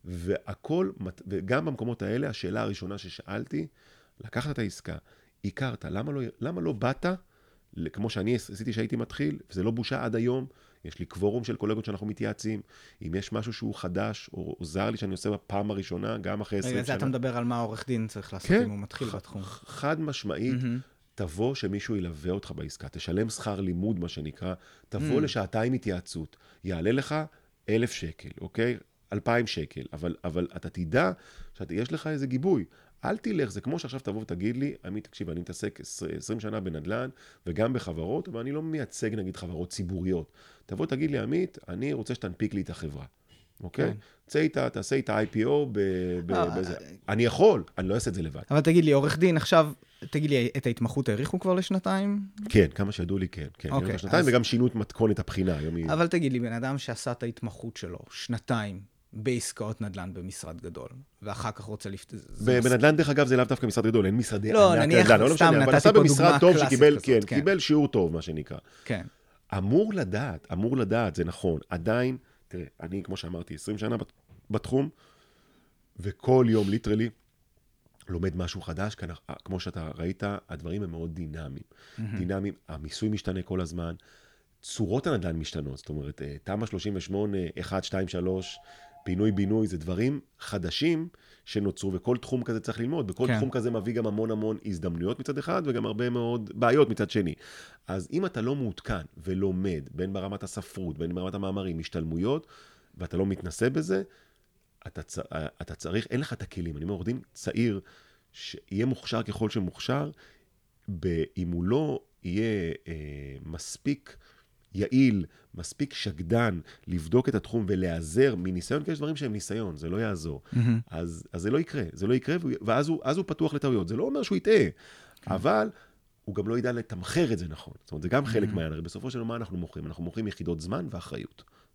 B: וגם במקומות האלה, השאלה הראשונה ששאלתי, לקחת את העסקה, הכרת, למה לא באת, כמו שאני עשיתי שהייתי מתחיל, וזה לא בושה עד היום, יש לי קוורום של קולגות שאנחנו מתייעצים, אם יש משהו שהוא חדש, או עוזר לי שאני עושה בפעם הראשונה, גם אחרי 20 שנה.
C: זה אתה מדבר על מה העורך דין צריך לעשות אם הוא מתחיל בתחום.
B: חד משמעית, תבוא שמישהו ילווה אותך בעסקה, תשלם שכר לימוד, מה שנקרא, תבוא לשעתיים התייעצות, יעלה לך 1,000 שקל, אוקיי? 2,000 שקל, אבל אתה תדע שיש לך איזה גיבוי. אל תלך, זה כמו שעכשיו תבוא ותגיד לי, עמית, תקשיב, אני מתעסק 20 שנה בנדל"ן וגם בחברות, אבל אני לא מייצג נגיד חברות ציבוריות. תבוא תגיד לי, עמית, אני רוצה שתנפיק לי את החברה. אוקיי? צא איתה, תעשה איתה IPO בזה. אני יכול, אני לא אעשה את זה לבד.
C: אבל תגיד לי, עורך דין, עכשיו, תגיד לי, את ההתמחות העריכו כבר לשנתיים?
B: כן, כמה שידעו לי, כן. כן, לשנתיים, וגם שינו את מתכונת הבחינה.
C: אבל תגיד לי, בן אדם שעשה את ההתמחות שלו, שנתיים, בעסקאות נדל"ן במשרד גדול, ואחר כך רוצה
B: בנדל"ן, דרך אגב, זה לאו דווקא משרד גדול, אין משרדי
C: ענק. לא, נניח, סתם נתתי פה דוגמה קלאסית כזאת.
B: קיבל שיעור טוב, מה שנקרא.
C: כן.
B: אמור לדעת, זה נכון. עדיין, תראה, אני, כמו שאמרתי, 20 שנה בתחום, וכל יום, ליטרלי, לומד משהו חדש, כמו שאתה ראית, הדברים הם מאוד דינמיים. דינמיים, המיסוי משתנה כל הזמן, צורות הנדל"ן משתנות, זאת אומרת, תמ"א 38, 1, 2, 3, פינוי-בינוי, זה דברים חדשים שנוצרו, וכל תחום כזה צריך ללמוד, בכל תחום כזה מביא גם המון הזדמנויות מצד אחד, וגם הרבה מאוד בעיות מצד שני. אז אם אתה לא מעודכן ולומד, בין ברמת הספרות, בין ברמת המאמרים, משתלמויות, ואתה לא מתנסה בזה, אתה צריך, אין לך את הכלים. אני אומר, עורך דין צעיר, שיהיה מוכשר ככל שמוכשר, אם הוא לא יהיה מספיק יעיל, מספיק שקדן, לבדוק את התחום ולהיעזר מניסיון, כי יש דברים שהם ניסיון, זה לא יעזור. אז זה לא יקרה, ואז הוא פתוח לטעויות. זה לא אומר שהוא יטעה, אבל הוא גם לא ידע לתמחר את זה נכון. זאת אומרת, זה גם חלק מהעניין. בסופו של דבר, מה אנחנו מוכרים? אנחנו מוכרים יחידות זמן ואחריות.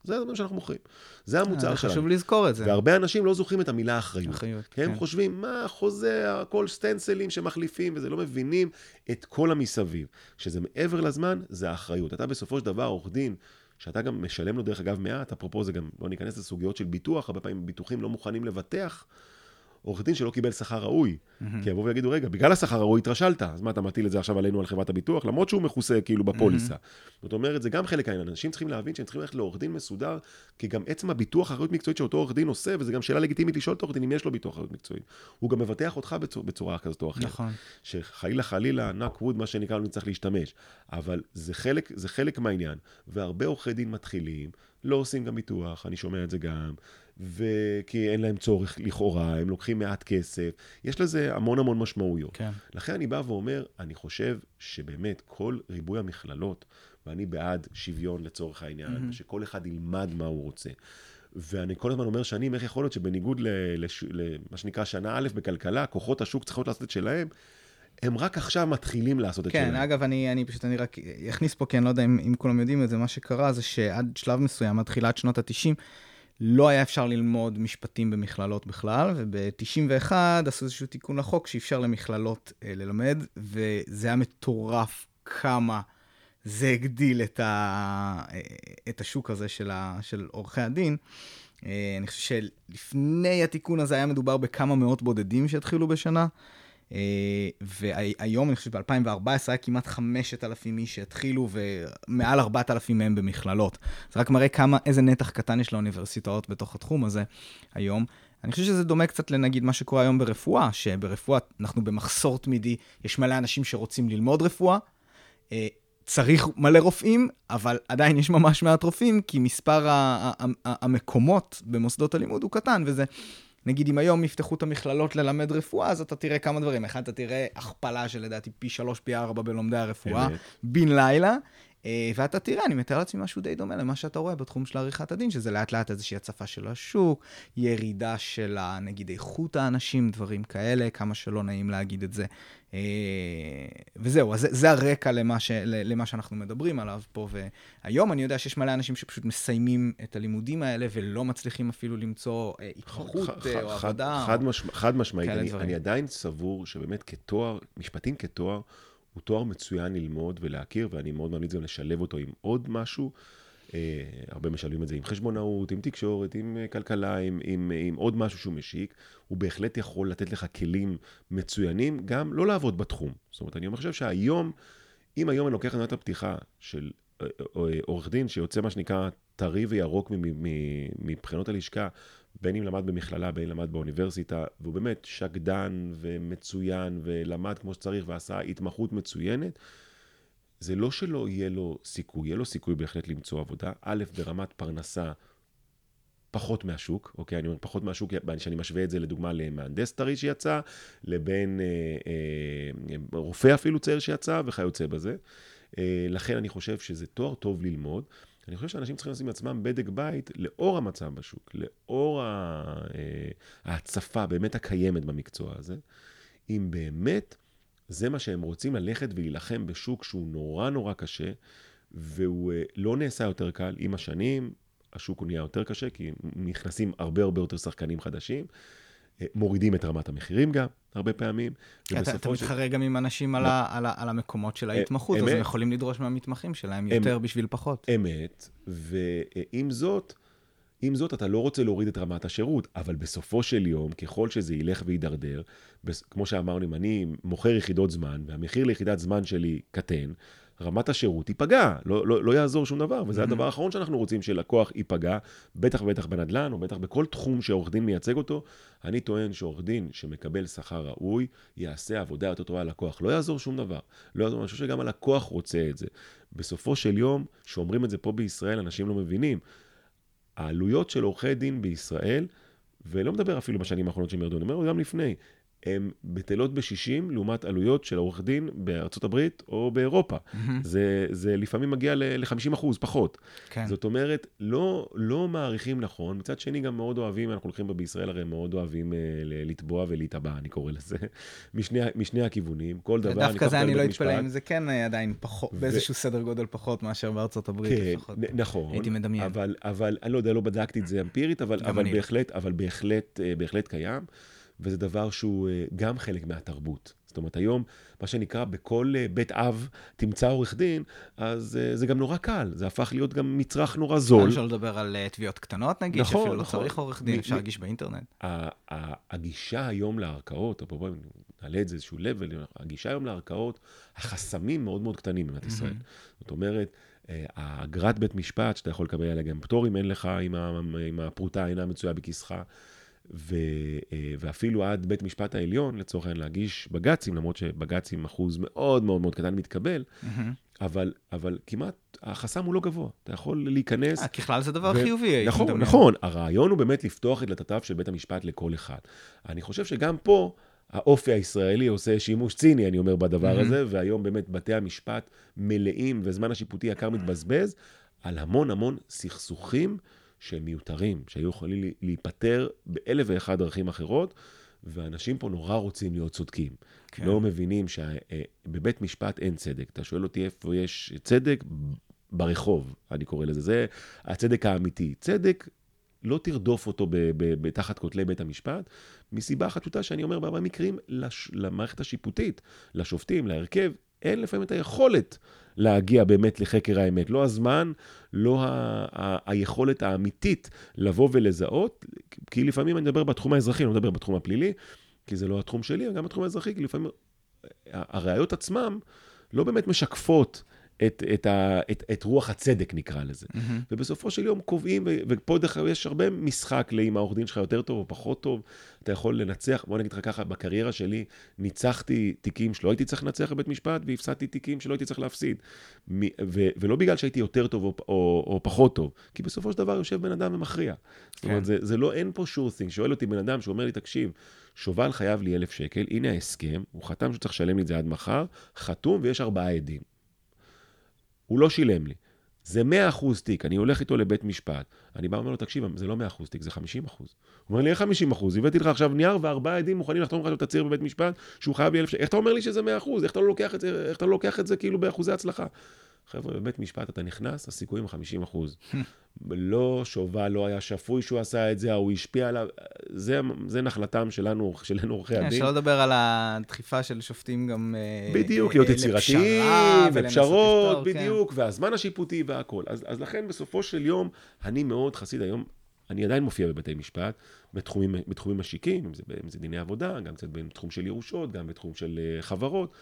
B: זה הדברים שאנחנו מוכרים. זה המוצר שלנו.
C: חשוב לזכור את זה.
B: והרבה אנשים לא זוכרים את המילה אחריות.
C: כן.
B: הם חושבים, מה, חוזה, הכל סטנצלים שמחליפים, וזה לא מבינים את כל המסביב. כשזה מעבר לזמן, זה האחריות. אתה בסופו של דבר, עורך דין, שאתה גם משלם לו דרך אגב מעט, אפרופו זה גם, לא ניכנס לסוגיות של ביטוח, הרבה פעמים ביטוחים לא מוכנים לבטח, עורך דין שלא קיבל שכר ראוי, כי יבואו ויגידו, רגע, בגלל השכר הראוי התרשלת, אז מה אתה מטיל את זה עכשיו עלינו על חברת הביטוח, למרות שהוא מכוסה כאילו בפוליסה. זאת אומרת, זה גם חלק העניין, אנשים צריכים להבין שהם צריכים ללכת לעורך דין מסודר, כי גם עצם הביטוח אחריות מקצועית שאותו עורך דין עושה, וזה גם שאלה לגיטימית לשאול את עורך דין אם יש לו ביטוח אחריות מקצועית. הוא גם מבטח אותך בצורה כזאת או אחרת.
C: נכון.
B: שחלילה, נק ווד, מה שנקרא, לא צריך להשתמש. אבל זה חלק מהעניין. והרבה עורכי דין מתחילים, לא עושים גם ביטוח, אני שומע את זה גם, וכי אין להם צורך לכאורה, הם לוקחים מעט כסף, יש לזה המון משמעויות.
C: כן.
B: לכן אני בא ואומר, אני חושב שבאמת כל ריבוי המכללות, ואני בעד שוויון לצורך העניין, שכל אחד ילמד מה הוא רוצה. ואני כל הזמן אומר שנים, איך יכול להיות שבניגוד למה שנקרא שנה א' בכלכלה, כוחות השוק צריכות לעשות את שלהם, הם רק עכשיו מתחילים לעשות את שלהם.
C: כן, אגב, אני רק אכניס פה, כי אני לא יודע אם כולם יודעים את זה, מה שקרה זה שעד שלב מסוים, עד תחילת שנות ה-90, לא היה אפשר ללמוד משפטים במכללות בכלל, וב-91 עשו איזשהו תיקון לחוק שאפשר למכללות ללמד, וזה היה מטורף כמה זה הגדיל את השוק הזה של עורכי הדין. אני חושב שלפני התיקון הזה היה מדובר בכמה מאות בודדים שהתחילו בשנה, והיום אני חושב ב-2014 היה כמעט 5,000 איש שהתחילו, ומעל 4,000 מהם במכללות. זה רק מראה איזה נתח קטן יש לאוניברסיטאות בתוך התחום הזה היום. אני חושב שזה דומה קצת לנגיד מה שקורה היום ברפואה, שברפואה אנחנו במחסור תמידי, יש מלא אנשים שרוצים ללמוד רפואה, צריך מלא רופאים, אבל עדיין יש ממש מעט רופאים, כי מספר המקומות במוסדות הלימוד הוא קטן, וזה... נגיד, אם היום יפתחו את המכללות ללמד רפואה, אז אתה תראה כמה דברים. אחד, אתה תראה הכפלה של לדעתי פי 3, פי 4 בלומדי הרפואה, בן לילה, ואתה תראה, אני מתאר לעצמי משהו די דומה למה שאתה רואה בתחום של עריכת הדין, שזה לאט לאט איזושהי הצפה של השוק, ירידה של, נגיד, איכות האנשים, דברים כאלה, כמה שלא נעים להגיד את זה. וזהו, אז זה הרקע למה שאנחנו מדברים עליו פה, והיום אני יודע שיש מלא אנשים שפשוט מסיימים את הלימודים האלה, ולא מצליחים אפילו למצוא התמחות או עבודה.
B: חד משמעית, אני עדיין סבור שבאמת כתואר, משפטים כתואר, הוא תואר מצוין ללמוד ולהכיר, ואני מאוד ממליץ גם לשלב אותו עם עוד משהו, הרבה משלבים את זה עם חשבונאות, עם תקשורת, עם כלכלה, עם עוד משהו שהוא משיק, הוא בהחלט יכול לתת לך כלים מצוינים, גם לא לעבוד בתחום. זאת אומרת, אני חושב שהיום, אם היום אני לוקח את הפתיחה של עורך דין, שיוצא מה שנקרא טרי וירוק מבחינות הלשכה, בין אם למד במכללה, בין אם למד באוניברסיטה, והוא באמת שקדן ומצוין, ולמד כמו שצריך, ועשה התמחות מצוינת, זה לא שלא יהיה לו סיכוי, יהיה לו סיכוי בהחלט למצוא עבודה. א', ברמת פרנסה פחות מהשוק, אוקיי? אני אומר פחות מהשוק, שאני משווה את זה לדוגמה למהנדס טרי שיצא, לבין רופא אפילו צעיר שיצא, וכיוצא בזה. לכן אני חושב שזה תואר טוב ללמוד. אני חושב שאנשים צריכים לשים עצמם בדק בית לאור המצב בשוק, לאור ההצפה באמת הקיימת במקצוע הזה. אם באמת זה מה שהם רוצים ללכת ולהילחם בשוק שהוא נורא קשה, והוא לא נעשה יותר קל עם השנים, השוק הוא נהיה יותר קשה, כי נכנסים הרבה יותר שחקנים חדשים, מורידים את רמת המחירים גם, הרבה פעמים.
C: אתה מתחרה גם עם אנשים על המקומות של ההתמחות, אז הם יכולים לדרוש מהמתמחים שלהם יותר בשביל פחות.
B: אמת, ועם זאת אתה לא רוצה להוריד את רמת השירות, אבל בסופו של יום, ככל שזה ילך וידרדר, כמו שאמרנו, אם אני מוכר יחידות זמן, והמחיר ליחידת זמן שלי קטן, רמת השירות ייפגע, לא יעזור שום דבר, וזה הדבר האחרון שאנחנו רוצים שלקוח ייפגע, בטח בנדל"ן, או בטח בכל תחום שעורך דין מייצג אותו. אני טוען שעורך דין שמקבל שכר ראוי, יעשה עבודה יותר טובה ללקוח, לא יעזור שום דבר, לא יעזור, אני חושב שגם הלקוח רוצה את זה. בסופו של יום, שאומרים את זה פה בישראל, אנשים לא מבינים, העלויות של עורכי דין בישראל, ולא מדבר אפילו בשנים האחרונות שהם ירדו, אני אומר גם לפני, הן בטלות ב-60 לעומת עלויות של עורך דין בארצות הברית או באירופה. זה לפעמים מגיע ל-50% פחות.
C: כן.
B: זאת אומרת, לא מעריכים נכון. מצד שני גם מאוד אוהבים, אנחנו לוקחים בישראל הרי מאוד אוהבים לתבוע ולהתאבע, אני קורא לזה, משני הכיוונים. כל דבר,
C: דווקא זה אני לא אתפלא אם זה כן עדיין פחות, באיזשהו סדר גודל פחות מאשר בארצות הברית לפחות.
B: נכון.
C: הייתי מדמיין.
B: אבל אני לא יודע, לא בדקתי את זה אמפירית, אבל בהחלט קיים. וזה דבר שהוא גם חלק מהתרבות. זאת אומרת, היום, מה שנקרא, בכל בית אב תמצא עורך דין, אז זה גם נורא קל. זה הפך להיות גם מצרך נורא זול.
C: אפשר לדבר על תביעות קטנות, נגיד,
B: נכון,
C: שאפילו
B: נכון.
C: לא צריך עורך דין, אפשר להגיש באינטרנט.
B: הגישה היום לערכאות, בואי נעלה את זה איזשהו level, הגישה היום לערכאות, החסמים מאוד מאוד קטנים במדינת ישראל. זאת אומרת, האגרת בית משפט, שאתה יכול לקבל עליה גם פטורים, אין לך אם הפרוטה אינה מצויה בכיסך, ואפילו עד בית משפט העליון, לצורך העניין להגיש בגצים, למרות שבגצים אחוז מאוד מאוד מאוד קטן מתקבל, אבל כמעט החסם הוא לא גבוה. אתה יכול להיכנס...
C: ככלל זה דבר חיובי.
B: נכון. הרעיון הוא באמת לפתוח את דלתותיו של בית המשפט לכל אחד. אני חושב שגם פה, האופי הישראלי עושה שימוש ציני, אני אומר, בדבר הזה, והיום באמת בתי המשפט מלאים, וזמן השיפוטי יקר מתבזבז, על המון המון סכסוכים שהם מיותרים, שהיו יכולים להיפטר באלף ואחד דרכים אחרות, ואנשים פה נורא רוצים להיות צודקים. כן. לא מבינים שבבית משפט אין צדק. אתה שואל אותי איפה יש צדק? ברחוב, אני קורא לזה. זה הצדק האמיתי. צדק, לא תרדוף אותו בתחת כותלי בית המשפט, מסיבה אחת פשוטה שאני אומר בהרבה מקרים, למערכת השיפוטית, לשופטים, להרכב, אין לפעמים את היכולת להגיע באמת לחקר האמת. לא הזמן, לא היכולת האמיתית לבוא ולזהות, כי לפעמים אני מדבר בתחום האזרחי, אני מדבר בתחום הפלילי, כי זה לא התחום שלי, גם בתחום האזרחי, כי לפעמים הראיות עצמם לא באמת משקפות את רוח הצדק, נקרא לזה. ובסופו של יום קובעים, ופה דרך יש הרבה משחק לאם העורך דין שלך יותר טוב או פחות טוב, אתה יכול לנצח, בוא נגיד לך ככה, בקריירה שלי ניצחתי תיקים שלא הייתי צריך לנצח בבית משפט, והפסדתי תיקים שלא הייתי צריך להפסיד. ולא בגלל שהייתי יותר טוב או פחות טוב, כי בסופו של דבר יושב בן אדם ומכריע. זאת אומרת, זה לא, אין פה sure thing. שואל אותי בן אדם שאומר לי, תקשיב, שובל חייב לי 1,000 שקל, הנה ההסכם, הוא חתם שצריך לשלם לי את זה עד מחר, חתום ויש 4 עדים. הוא לא שילם לי. זה 100% תיק, אני הולך איתו לבית משפט. אני בא ואומר לו, תקשיב, זה לא 100% תיק, זה 50%. הוא אומר לי, איך 50%? הבאתי לך עכשיו נייר ו4 עדים מוכנים לחתום לך את התצהיר בבית משפט, שהוא חייב לי 1,000 שקל. איך אתה אומר לי שזה 100%? איך אתה לא לוקח את זה כאילו באחוזי הצלחה? חבר'ה, בבית משפט אתה נכנס, הסיכויים 50%. לא שובל, לא היה שפוי שהוא עשה את זה, הוא השפיע עליו, זה נחלתם שלנו עורכי הדין.
C: אפשר לדבר על הדחיפה של שופטים גם
B: בדיוק, להיות יצירתיים, ופשרות, בדיוק, והזמן השיפוטי והכל. אז לכן בסופו של יום, אני מאוד חסיד היום, אני עדיין מופיע בבתי משפט, בתחומים משיקים, אם זה דיני עבודה, גם קצת בתחום של ירושות, גם בתחום של חברות,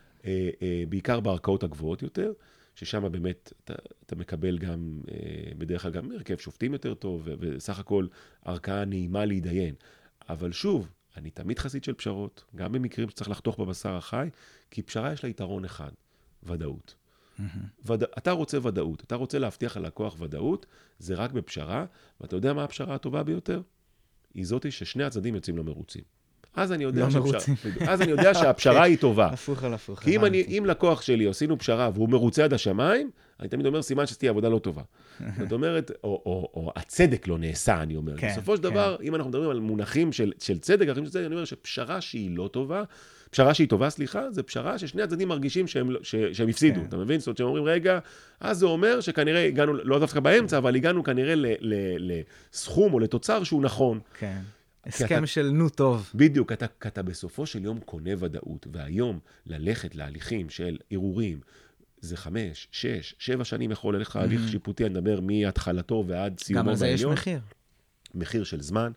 B: בעיקר בערכאות הגבוהות יותר, ששם באמת אתה מקבל גם, בדרך כלל גם הרכב שופטים יותר טוב, וסך הכל ערכאה נעימה להידיין. אבל שוב, אני תמיד חסיד של פשרות, גם במקרים שצריך לחתוך בבשר החי, כי פשרה יש לה יתרון אחד, ודאות. אתה רוצה ודאות, אתה רוצה להבטיח על לקוח ודאות, זה רק בפשרה, ואתה יודע מה הפשרה הטובה ביותר? היא זאתי ששני הצדדים יוצאים לא מרוצים. אז אני יודע שהפשרה היא טובה.
C: הפוך על הפוך.
B: כי אם לקוח שלי עשינו פשרה והוא מרוצה עד השמיים, אני תמיד אומר, סימן שתהיה עבודה לא טובה. זאת אומרת, או הצדק לא נעשה, אני אומר. בסופו של דבר, אם אנחנו מדברים על מונחים של צדק, אני אומר שפשרה שהיא לא טובה, פשרה שהיא טובה, סליחה, זה פשרה ששני הצדדים מרגישים שהם הפסידו. אתה מבין? זאת אומרת, שהם אומרים, רגע, אז זה אומר שכנראה הגענו, לא דווקא באמצע, אבל הגענו כנראה לסכום או לתוצר שהוא נכון.
C: כן. הסכם של נו טוב.
B: בדיוק, אתה בסופו של יום קונה ודאות, והיום ללכת להליכים של ערעורים, זה 5, 6, 7 שנים יכול ללכת להליך שיפוטי, אני מדבר מהתחלתו ועד סיומו בעליון.
C: גם על זה יש מחיר.
B: מחיר של זמן,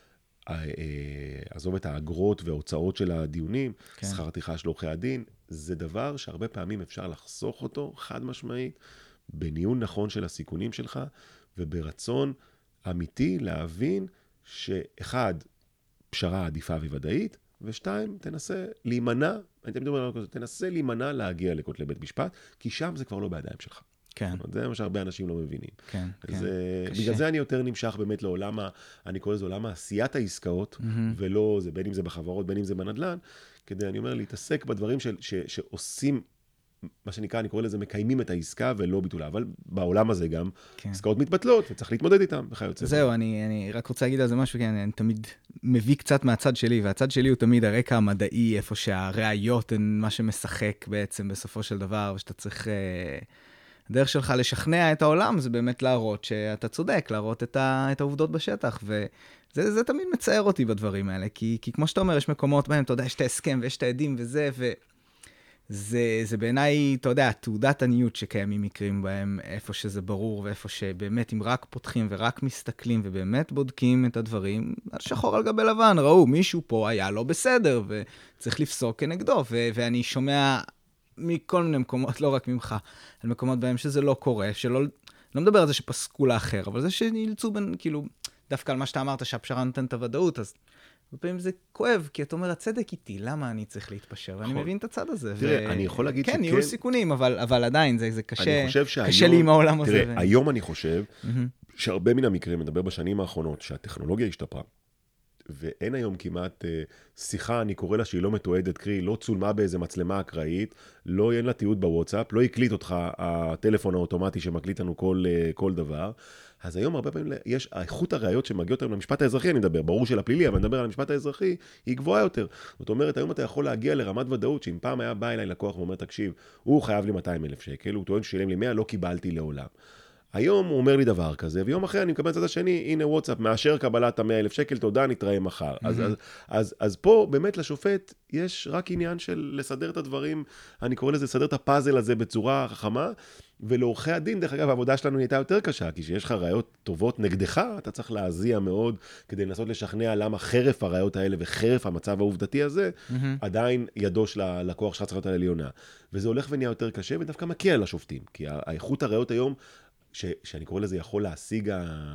B: עזוב את האגרות וההוצאות של הדיונים, שכר הטרחה של עורכי הדין, זה דבר שהרבה פעמים אפשר לחסוך אותו, חד משמעית, בניהול נכון של הסיכונים שלך, וברצון אמיתי להבין שאחד, פשרה עדיפה וודאית, ושתיים, תנסה להימנע, תנסה להימנע להגיע לכותלי בית משפט, כי שם זה כבר לא בידיים שלך.
C: כן.
B: זה מה שהרבה אנשים לא מבינים.
C: כן,
B: אז בגלל זה אני יותר נמשך באמת לעולם, אני קורא לזה עולם עשיית העסקאות, ולא, בין אם זה בחברות, בין אם זה בנדל"ן, כדי, אני אומר, להתעסק בדברים שעושים, מה שנקרא, אני קורא לזה, מקיימים את העסקה ולא ביטולה. אבל בעולם הזה גם, עסקאות מתבטלות, וצריך להתמודד איתם.
C: זהו, אני רק רוצה להגיד על זה משהו, כי אני תמיד מביא קצת מהצד שלי, והצד שלי הוא תמיד הרקע המדעי, איפה שהראיות הן מה שמשחק בעצם בסופו של דבר, ושאתה צריך... הדרך שלך לשכנע את העולם זה באמת להראות שאתה צודק, להראות את העובדות בשטח, וזה תמיד מצער אותי בדברים האלה, כי כמו שאתה אומר, יש מקומות בהם, אתה יודע, יש את ההסכם ויש את העדים וזה, זה בעיניי, אתה יודע, תעודת עניות שקיימים מקרים בהם, איפה שזה ברור, ואיפה שבאמת אם רק פותחים ורק מסתכלים, ובאמת בודקים את הדברים, על שחור על גבי לבן, ראו, מישהו פה היה לא בסדר, וצריך לפסוק כנגדו, ואני שומע מכל מיני מקומות, לא רק ממך, על מקומות בהם שזה לא קורה, לא מדבר על זה שפסקו לאחר, אבל זה שנאלצו בין, כאילו, דווקא על מה שאתה אמרת, שהפשרה נותנת הוודאות, אז בפעמים זה כואב, כי אתה אומר, הצדק איתי, למה אני צריך להתפשר? ואני מבין את הצד הזה.
B: תראה, אני יכול להגיד
C: כן, יהיו סיכונים, אבל עדיין, זה קשה לי עם העולם הזה.
B: תראה, היום אני חושב שהרבה מן המקרים, מדבר בשנים האחרונות, שהטכנולוגיה השתפרה, ואין היום כמעט שיחה, אני קורא לה שהיא לא מתועדת, קרי, לא צולמה באיזה מצלמה אקראית, לא אין לה תיעוד בוואטסאפ, לא הקליט אותך הטלפון האוטומטי שמקליט לנו כל דבר. אז היום הרבה פעמים יש, האיכות הראיות שמגיעות היום למשפט האזרחי, אני מדבר, ברור של הפלילי, אבל אני מדבר על המשפט האזרחי, היא גבוהה יותר. זאת אומרת, היום אתה יכול להגיע לרמת ודאות, שאם פעם היה בא אליי לקוח ואומר, תקשיב, הוא חייב לי 200,000 שקל, הוא טוען ששילם לי 100, לא קיבלתי לעולם. היום הוא אומר לי דבר כזה, ויום אחרי אני מקבל את הצד השני, הנה וואטסאפ, מאשר קבלת ה100,000 שקל, תודה, נתראה מחר. אז פה באמת לשופט יש רק עניין של לסדר את הדברים, אני קורא לזה לסדר את הפאזל הזה בצורה חכמה, ולעורכי הדין, דרך אגב, העבודה שלנו הייתה יותר קשה, כי שיש לך ראיות טובות נגדך, אתה צריך להזיע מאוד, כדי לנסות לשכנע למה חרף הראיות האלה וחרף המצב העובדתי הזה, עדיין ידו של הלקוח שלך צריך להיות על עליונה. וזה הולך ונהיה יותר קשה, ודווקא מקל לשופטים, כי האיכות הראיות היום, שאני קורא לזה יכול להשיג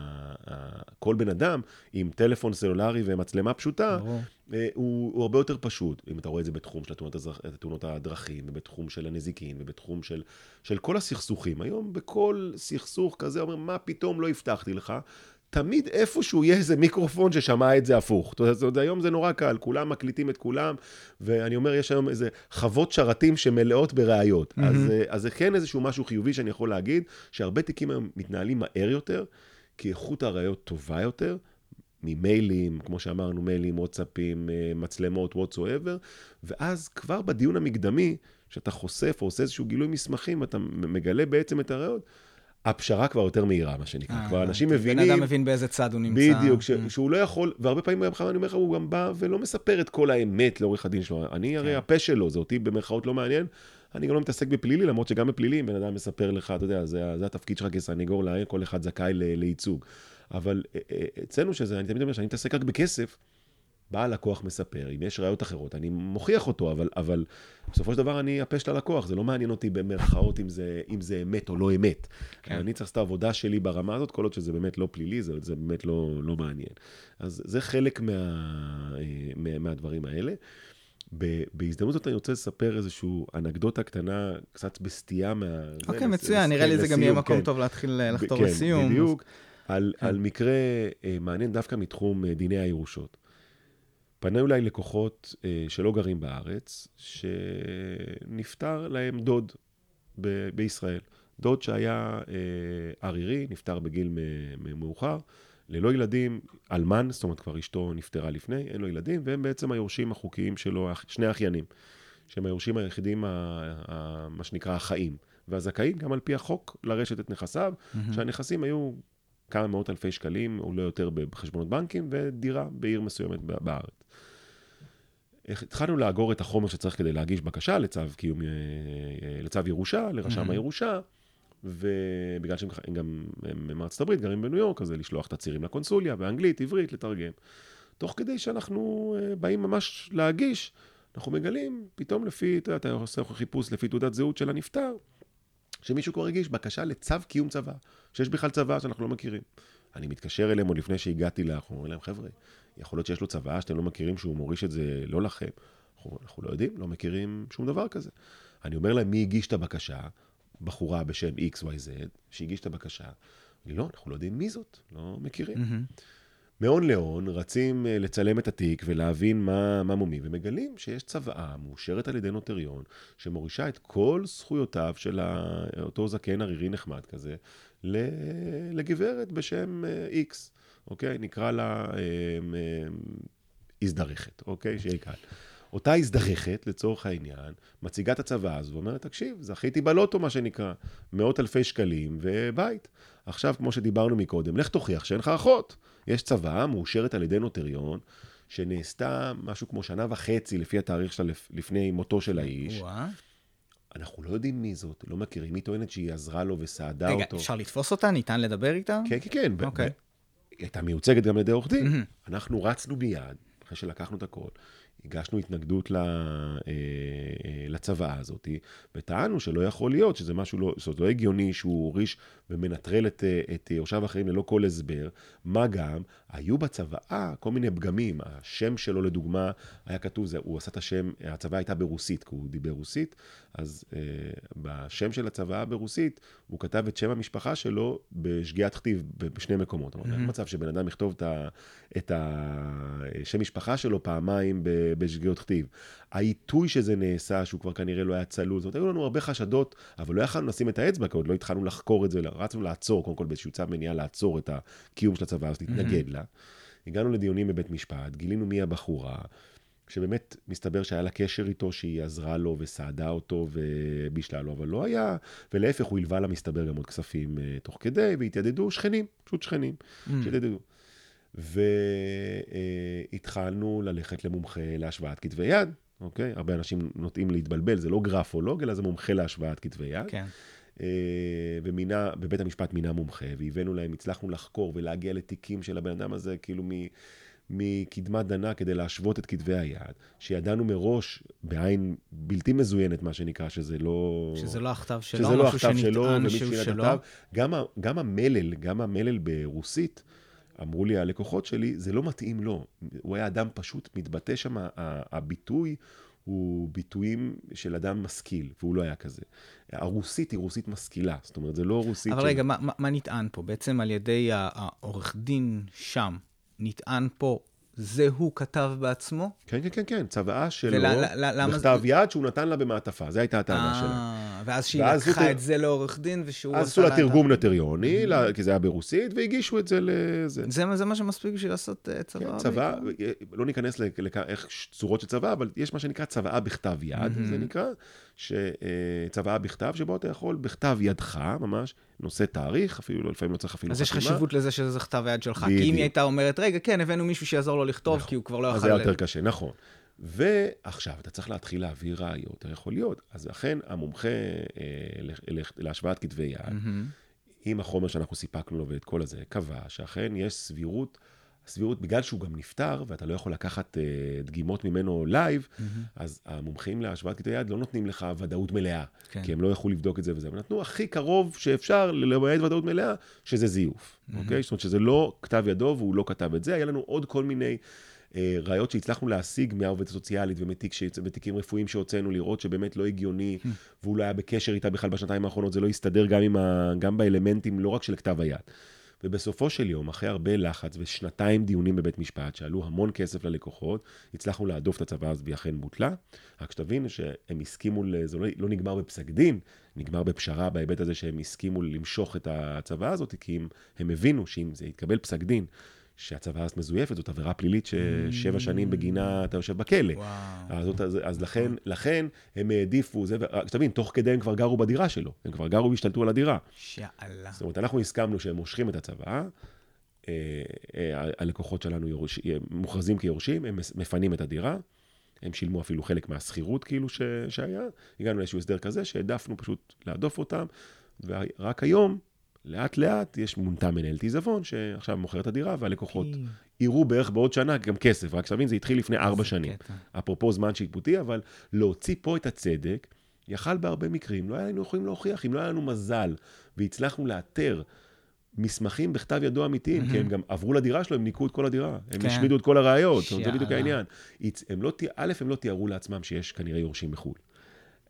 B: כל בן אדם עם טלפון סלולרי ומצלמה פשוטה, הוא הרבה יותר פשוט. אם אתה רואה את זה בתחום של תאונות הדרכים, ובתחום של הנזיקין, ובתחום של כל הסכסוכים. היום בכל סכסוך כזה אומר, מה פתאום לא הבטחתי לך? תמיד איפשהו יהיה איזה מיקרופון ששמע את זה הפוך. זאת אומרת, היום זה נורא קל, כולם מקליטים את כולם, ואני אומר, יש היום איזה חוות שרתים שמלאות בראיות. אז זה כן איזשהו משהו חיובי שאני יכול להגיד, שהרבה תיקים היום מתנהלים מהר יותר, כי איכות הראיות טובה יותר, ממיילים, כמו שאמרנו, מיילים, וואטסאפים, מצלמות, whatsoever, ואז כבר בדיון המקדמי, שאתה חושף או עושה איזשהו גילוי מסמכים, אתה מגלה בעצם את הראיות, הפשרה כבר יותר מהירה, מה שנקרא. כבר אנשים מבינים...
C: בן אדם מבין באיזה צד הוא נמצא.
B: בדיוק, שהוא לא יכול, והרבה פעמים אני אומר לך, הוא גם בא ולא מספר את כל האמת לעורך הדין שלו. אני הרי הפה שלו, זה אותי במרכאות לא מעניין, אני גם לא מתעסק בפלילי, למרות שגם בפלילי, בן אדם מספר לך, אתה יודע, זה התפקיד שלך כסניגור, כל אחד זכאי לייצוג. אבל אצלנו שזה, אני תמיד אומר שאני מתעסק רק בכסף, בא הלקוח מספר, אם יש ראיות אחרות, אני מוכיח אותו, אבל בסופו של דבר אני אפש ללקוח, זה לא מעניין אותי במרכאות אם זה אמת או לא אמת. כן. אני צריך לעשות את העבודה שלי ברמה הזאת, כל עוד שזה באמת לא פלילי, זה באמת לא מעניין. אז זה חלק מהדברים האלה. בהזדמנות זאת אני רוצה לספר איזושהי אנקדוטה קטנה, קצת בסטייה
C: אוקיי, מצוין, נראה לי זה גם יהיה מקום טוב להתחיל לחתור לסיום.
B: כן, בדיוק. על מקרה מעניין דווקא מתחום דיני הירושות. פנו אולי לקוחות שלא גרים בארץ, שנפטר להם דוד בישראל. דוד שהיה ערירי, נפטר בגיל מאוחר, ללא ילדים, אלמן, זאת אומרת כבר אשתו נפטרה לפני, אין לו ילדים, והם בעצם היורשים החוקיים שלו, שני אחיינים, שהם היורשים היחידים, מה שנקרא החיים, והזכאים גם על פי החוק לרשת את נכסיו, שהנכסים היו כמה מאות אלפי שקלים, או לא יותר בחשבונות בנקים, ודירה בעיר מסוימת בארץ. התחלנו לאגור את החומר שצריך כדי להגיש בקשה לצו ירושה, לרשם הירושה, ובגלל שהם גם מארצות הברית, גרים בניו יורק, אז לשלוח את הצירים לקונסוליה, באנגלית, עברית, לתרגם. תוך כדי שאנחנו באים ממש להגיש, אנחנו מגלים, פתאום אתה עושה חיפוש לפי תעודת זהות של הנפטר, שמישהו כבר הגיש בקשה לצו קיום צבא, שיש בכלל צבא שאנחנו לא מכירים. אני מתקשר אליהם עוד לפני שהגעתי אנחנו אומרים להם, חבר'ה, יכול להיות שיש לו צבא שאתם לא מכירים שהוא מוריש את זה לא לכם. אנחנו לא יודעים, לא מכירים שום דבר כזה. אני אומר להם, מי הגיש את הבקשה? בחורה בשם XYZ, שהגיש את הבקשה, לא, אנחנו לא יודעים מי זאת, לא מכירים. מהון להון רצים לצלם את התיק ולהבין מה מומי, ומגלים שיש צוואה מאושרת על ידי נוטריון, שמורישה את כל זכויותיו של אותו זקן ערירי נחמד כזה, לגברת בשם X, אוקיי? נקרא לה הזדרכת, אוקיי? שיהיה קל. אותה הזדרכת, לצורך העניין, מציגה את הצוואה הזו, ואומרת, תקשיב, זכיתי בלוטו, מה שנקרא, 100,000 שקלים ובית. עכשיו, כמו שדיברנו מקודם, לך תוכיח שאין לך אחות. יש צוואה מאושרת על ידי נוטריון, שנעשתה משהו כמו 1.5 שנה, לפי התאריך שלה, לפני מותו של האיש. אנחנו לא יודעים מי זאת, לא מכירים. היא טוענת שהיא עזרה לו וסעדה אותו.
C: רגע, אפשר לתפוס אותה? ניתן לדבר איתה?
B: כן, כן, כן. אוקיי. היא הייתה מיוצגת גם לידי עורך דין. אנחנו רצנו ביד, אחרי שלקחנו את הכל. הגשנו התנגדות לצוואה הזאת, וטענו שלא יכול להיות, שזה משהו לא הגיוני, שהוא הוריש ומנטרל את יורשיו האחרים ללא כל הסבר. מה גם, היו בצוואה כל מיני פגמים. השם שלו, לדוגמה, היה כתוב, הוא עשה את השם, הצוואה הייתה ברוסית, כי הוא דיבר רוסית, אז בשם של הצוואה ברוסית, הוא כתב את שם המשפחה שלו בשגיאת כתיב בשני מקומות. אין מצב שבן אדם יכתוב את השם משפחה שלו פעמיים בשגיאות כתיב. העיתוי שזה נעשה, שהוא כבר כנראה לא היה צלול, זאת אומרת, היו לנו הרבה חשדות, אבל לא יכלנו לשים את האצבע, כי עוד לא התחלנו לחקור את זה, רצנו לעצור, קודם כל באיזשהו צו מניעה לעצור את הקיום של הצוואה, אז להתנגד לה. הגענו לדיונים בבית משפט, גילינו מי הבחורה, שבאמת מסתבר שהיה לה קשר איתו, שהיא עזרה לו וסעדה אותו ובישלה לו, אבל לא היה, ולהפך הוא הלווה לה מסתבר גם עוד כספים תוך כדי, והתיידדו שכנים, פשוט שכנים, שהתיידדו. והתחלנו ללכת למומחה להשוואת כתבי יד, אוקיי? הרבה אנשים נוטים להתבלבל, זה לא גרפולוג, אלא זה מומחה להשוואת כתבי יד.
C: כן.
B: בבית המשפט מינה מומחה, והבאנו להם, הצלחנו לחקור ולהגיע לתיקים של הבן אדם הזה, כאילו מקדמת דנה, כדי להשוות את כתבי היד, שידענו מראש, בעין בלתי מזוינת, מה שנקרא, שזה לא
C: הכתב שלו,
B: שזה לא הכתב שלו, גם המלל ברוסית, אמרו לי הלקוחות שלי, זה לא מתאים לו. הוא היה אדם פשוט, מתבטא שם, הביטוי הוא ביטויים של אדם משכיל, והוא לא היה כזה. הרוסית היא רוסית משכילה, זאת אומרת, זה לא רוסית...
C: אבל רגע, מה נטען פה? בעצם על ידי העורך דין שם, נטען פה, זה הוא כתב בעצמו?
B: כן, כן, כן, כן, צוואה שלו, בכתב יד שהוא נתן לה במעטפה, זו הייתה הטענה שלה.
C: ואז שהיא לקחה את זה לעורך דין, ושהוא...
B: אז עשו לה תרגום נוטריוני, כי זה היה ברוסית, והגישו את זה לזה.
C: זה מה שמספיק בשביל לעשות צוואה?
B: צוואה, לא ניכנס לאיך צורות של צוואה, אבל יש מה שנקרא צוואה בכתב יד, זה נקרא, צוואה בכתב, שבו אתה יכול בכתב ידך, ממש, נושא תאריך, אפילו, לפעמים לא צריך אפילו
C: חתימה. אז יש חשיבות לזה שזה כתב היד שלך, כי אם היא הייתה אומרת, רגע, כן, הבאנו מישהו שיעזור לו לכתוב, כי הוא כבר לא יכול...
B: אז זה יותר קשה, נכון. ועכשיו, אתה צריך להתחיל להעביר ראיות, יכול להיות. אז אכן, המומחה להשוואת כתבי יד, עם החומר שאנחנו סיפקנו לו ואת כל הזה, קבע שאכן יש סבירות, בגלל שהוא גם נפטר, ואתה לא יכול לקחת דגימות ממנו לייב, אז המומחים להשוואת כתבי יד לא נותנים לך ודאות מלאה, כי הם לא יכולו לבדוק את זה וזה. הם נתנו הכי קרוב שאפשר למעט ודאות מלאה, שזה זיוף. אוקיי? זאת אומרת שזה לא כתב ידו, והוא לא כתב את זה. היה לנו עוד כל מיני ראיות שהצלחנו להשיג מהעובדת הסוציאלית ומתיקים רפואיים שהוצאנו, לראות שבאמת לא הגיוני, והוא לא היה בקשר איתה בכלל בשנתיים האחרונות, זה לא הסתדר גם באלמנטים, לא רק של כתב היד. ובסופו של יום, אחרי הרבה לחץ ושנתיים דיונים בבית משפט, שעלו המון כסף ללקוחות, הצלחנו להדוף את הצוואה הזאת, והיא אכן בוטלה. רק שתבין שהם הסכימו, זה לא נגמר בפסק דין, נגמר בפשרה בהיבט הזה שהם הסכימו למשוך את הצוואה הזאת, כי הם הבינו שאם זה יתקבל פסק דין, שהצוואה הזאת מזויפת, זאת עבירה פלילית ש7 שנים בגינה אתה יושב בכלא. אז לכן הם העדיפו, שתבין, תוך כדי הם כבר גרו בדירה שלו, הם כבר גרו והשתלטו על הדירה.
C: שאלה.
B: זאת אומרת, אנחנו הסכמנו שהם מושכים את הצוואה, הלקוחות שלנו מוכרזים כיורשים, הם מפנים את הדירה, הם שילמו אפילו חלק מהסחירות כאילו שהיה, הגענו לאיזשהו הסדר כזה, שהעדפנו פשוט להדוף אותם, ורק היום, לאט לאט יש מונתה מנהלת עיזבון, שעכשיו מוכר את הדירה, והלקוחות יראו בערך בעוד שנה גם כסף, רק שתבין, זה התחיל לפני 4 שנים. אפרופו זמן שיפוטי, אבל להוציא פה את הצדק, יכל בהרבה מקרים, לא היה לנו יכולים להוכיח, אם לא היה לנו מזל, והצלחנו לאתר מסמכים בכתב ידו אמיתיים, כי הם גם עברו לדירה שלו, הם ניקו את כל הדירה, הם השמידו את כל הראיות, זה בדיוק העניין. הם לא תיארו לעצמם שיש כנראה יורשים מחול.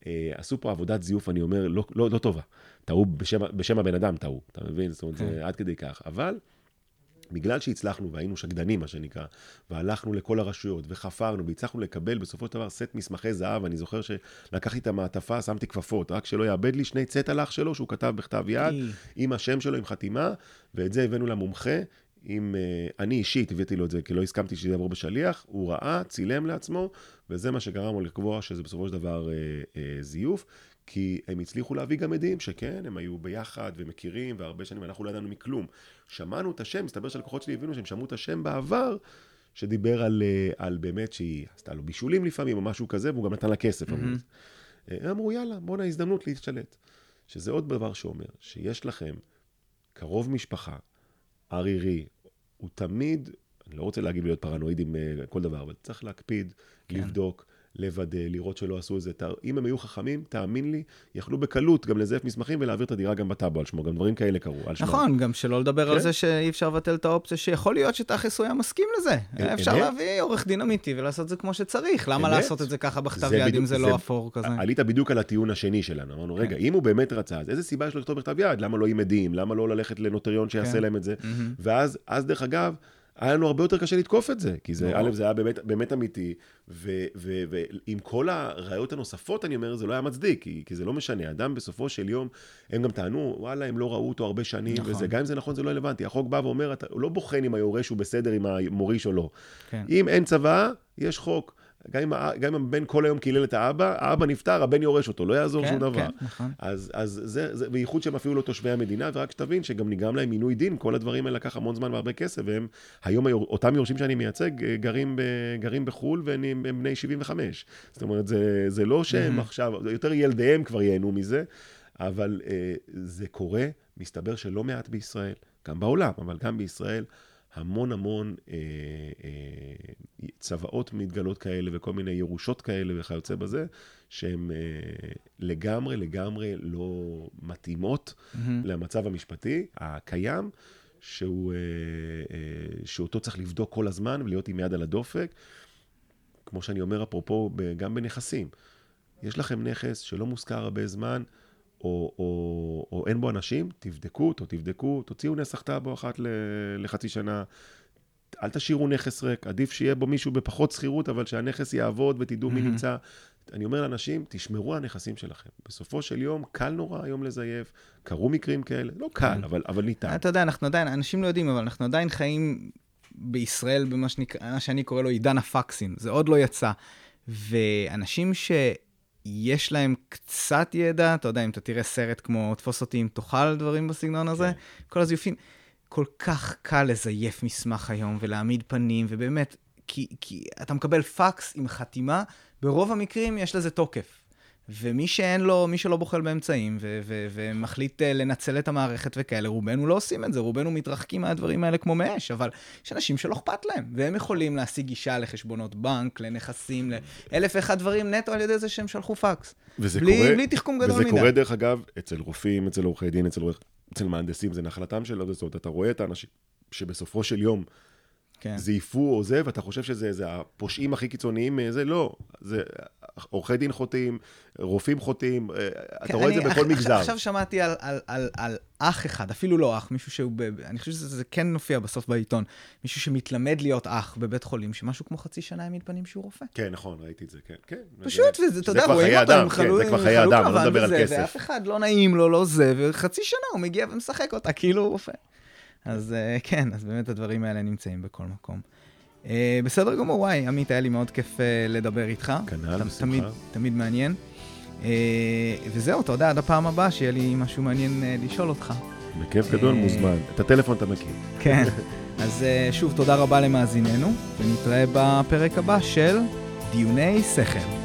B: עשו פה עבודת זיוף, אני אומר, לא טובה. טעו בשם הבן אדם, טעו. אתה מבין? זאת אומרת, זה עד כדי כך. אבל בגלל שהצלחנו והיינו שקדנים, מה שנקרא, והלכנו לכל הרשויות וחפרנו והצלחנו לקבל בסופו של דבר סט מסמכי זהב, אני זוכר שלקחתי את המעטפה, שמתי כפפות, רק שלא יאבד לי שני צאת הלך שלו, שהוא כתב בכתב יד, עם השם שלו, עם חתימה, ואת זה הבאנו למומחה, אני אישית הבאתי לו את זה, כי לא הסכמתי שזה יעבור בשליח, הוא ראה, צילם לעצמו, וזה מה שגרם לו לקבוע שזה בסופו של דבר זיוף, כי הם הצליחו להביא גם עדים שכן, הם היו ביחד ומכירים, והרבה שנים אנחנו לא ידענו מכלום. שמענו את השם, מסתבר שלקוחות שלי הבינו שהם שמעו את השם בעבר, שדיבר על באמת שהיא עשתה לו בישולים לפעמים, או משהו כזה, והוא גם נתן לה כסף. הם אמרו, יאללה, בוא נה הזדמנות להשתלט. שזה עוד דבר שאומר, שיש לכם קרוב משפחה, ערירי, הוא תמיד, אני לא רוצה להגיד להיות פרנואיד עם כל דבר, אבל צריך להקפיד, לבדוק, לוודא, לראות שלא עשו איזה, אם הם היו חכמים, תאמין לי, יכלו בקלות גם לזייף מסמכים ולהעביר את הדירה גם בטאבו על שמו, גם דברים כאלה קרו על שמו.
C: נכון, גם שלא לדבר על זה שאי אפשר לבטל את האופציה, שיכול להיות שתכלס הוא היה מסכים לזה. אפשר להביא עורך דין אמיתי ולעשות זה כמו שצריך. למה לעשות את זה ככה בכתב יד אם זה לא אפור כזה?
B: עלית בדיוק על הטיעון השני שלנו. אמרנו, רגע, אם הוא באמת רצה, אז איזה סיבה יש לו לכתוב בכתב יד? למה לא עם עדים? למה לא ללכת לנוטריון שיעשה להם את זה? ואז דרך אגב, היה לנו הרבה יותר קשה לתקוף את זה, כי זה, א', זה היה באמת אמיתי, ועם כל הראיות הנוספות, אני אומר, זה לא היה מצדיק, כי זה לא משנה. האדם בסופו של יום, הם גם טענו, וואלה, הם לא ראו אותו הרבה שנים, וזה, גם אם זה נכון, זה לא רלוונטי. החוק בא ואומר, אתה לא בוחן אם היורש הוא בסדר עם המוריש או לא. אם אין צבא, יש חוק. גם אם הבן כל היום קילל את האבא נפטר, הבן יורש אותו, לא יעזור שום דבר. אז זה, בייחוד שהם אפילו לא תושבי המדינה, ורק שתבין שגם נגרם להם מינוי דין, כל הדברים האלה לקח המון זמן והרבה כסף, והם, היום אותם יורשים שאני מייצג, גרים בחול, והם בני 75. זאת אומרת, זה לא שהם עכשיו, יותר ילדיהם כבר ייהנו מזה, אבל זה קורה, מסתבר שלא מעט בישראל, גם בעולם, אבל גם בישראל, המון צוואות מתגלות כאלה וכל מיני ירושות כאלה וכיוצא בזה, שהן לגמרי לא מתאימות למצב המשפטי הקיים, שאותו צריך לבדוק כל הזמן ולהיות עם יד על הדופק. כמו שאני אומר אפרופו, גם בנכסים. יש לכם נכס שלא מוזכר הרבה זמן, או אין בו אנשים, תבדקו, תוציאו נסח טאבו אחת לחצי שנה, אל תשאירו נכס ריק, עדיף שיהיה בו מישהו בפחות שכירות, אבל שהנכס יעבוד ותדעו מי נמצא. אני אומר לאנשים, תשמרו על הנכסים שלכם. בסופו של יום, קל נורא היום לזייף, קרו מקרים כאלה, לא קל, אבל ניתן.
C: אתה יודע, אנחנו עדיין, אנשים לא יודעים, אבל אנחנו עדיין חיים בישראל במה שאני קורא לו עידן הפקסים, זה עוד לא יצא. ואנשים יש להם קצת ידע, אתה יודע, אם אתה תראה סרט כמו תפוס אותי אם תאכל דברים בסגנון הזה, כל הזיופים, כל כך קל לזייף מסמך היום ולהעמיד פנים, ובאמת, כי אתה מקבל פקס עם חתימה, ברוב המקרים יש לזה תוקף. ומי שאין לו, מי שלא בוחל באמצעים, ומחליט לנצל את המערכת וכאלה, רובנו לא עושים את זה, רובנו מתרחקים מהדברים האלה כמו מאש, אבל יש אנשים שלא אכפת להם, והם יכולים להשיג גישה לחשבונות בנק, לנכסים, לאלף ואחד דברים נטו על ידי זה שהם שלחו פקס. בלי תחכום גדול מדי.
B: וזה קורה דרך אגב, אצל רופאים, אצל עורכי דין, אצל מהנדסים, זה נחלתם של זאת, אתה רואה את האנשים שבסופו של יום, זייפו או זה, ואתה חושב שזה הפושעים הכי קיצוניים, זה לא, זה עורכי דין חוטאים, רופאים חוטאים, אתה רואה את זה בכל מגזר.
C: עכשיו שמעתי על אח אחד, אפילו לא אח, מישהו שהוא, אני חושב שזה כן נופיע בסוף בעיתון, מישהו שמתלמד להיות אח בבית חולים, שמשהו כמו חצי שנה העמיד פנים שהוא רופא.
B: כן, נכון, ראיתי את זה, כן.
C: פשוט, אתה יודע, רואים אותו, הם
B: זה כבר חיי אדם, לא מדבר על כסף.
C: ואף אחד לא נעים לו, לא זה, וחצי שנה הוא מגיע ומשחק אותה, כאילו הוא רופא. אז כן, אז באמת הדברים האלה נמצאים בכל מקום. בסדר גמור, וואי, עמית, היה לי מאוד כיף לדבר איתך.
B: כנ"ל, בשמחה.
C: תמיד מעניין. וזהו, אתה יודע, עד הפעם הבאה שיהיה לי משהו מעניין לשאול אותך.
B: בכיף גדול, מוזמן. את הטלפון אתה מכיר.
C: כן. אז שוב, תודה רבה למאזיננו, ונתראה בפרק הבא של דיוני שכל.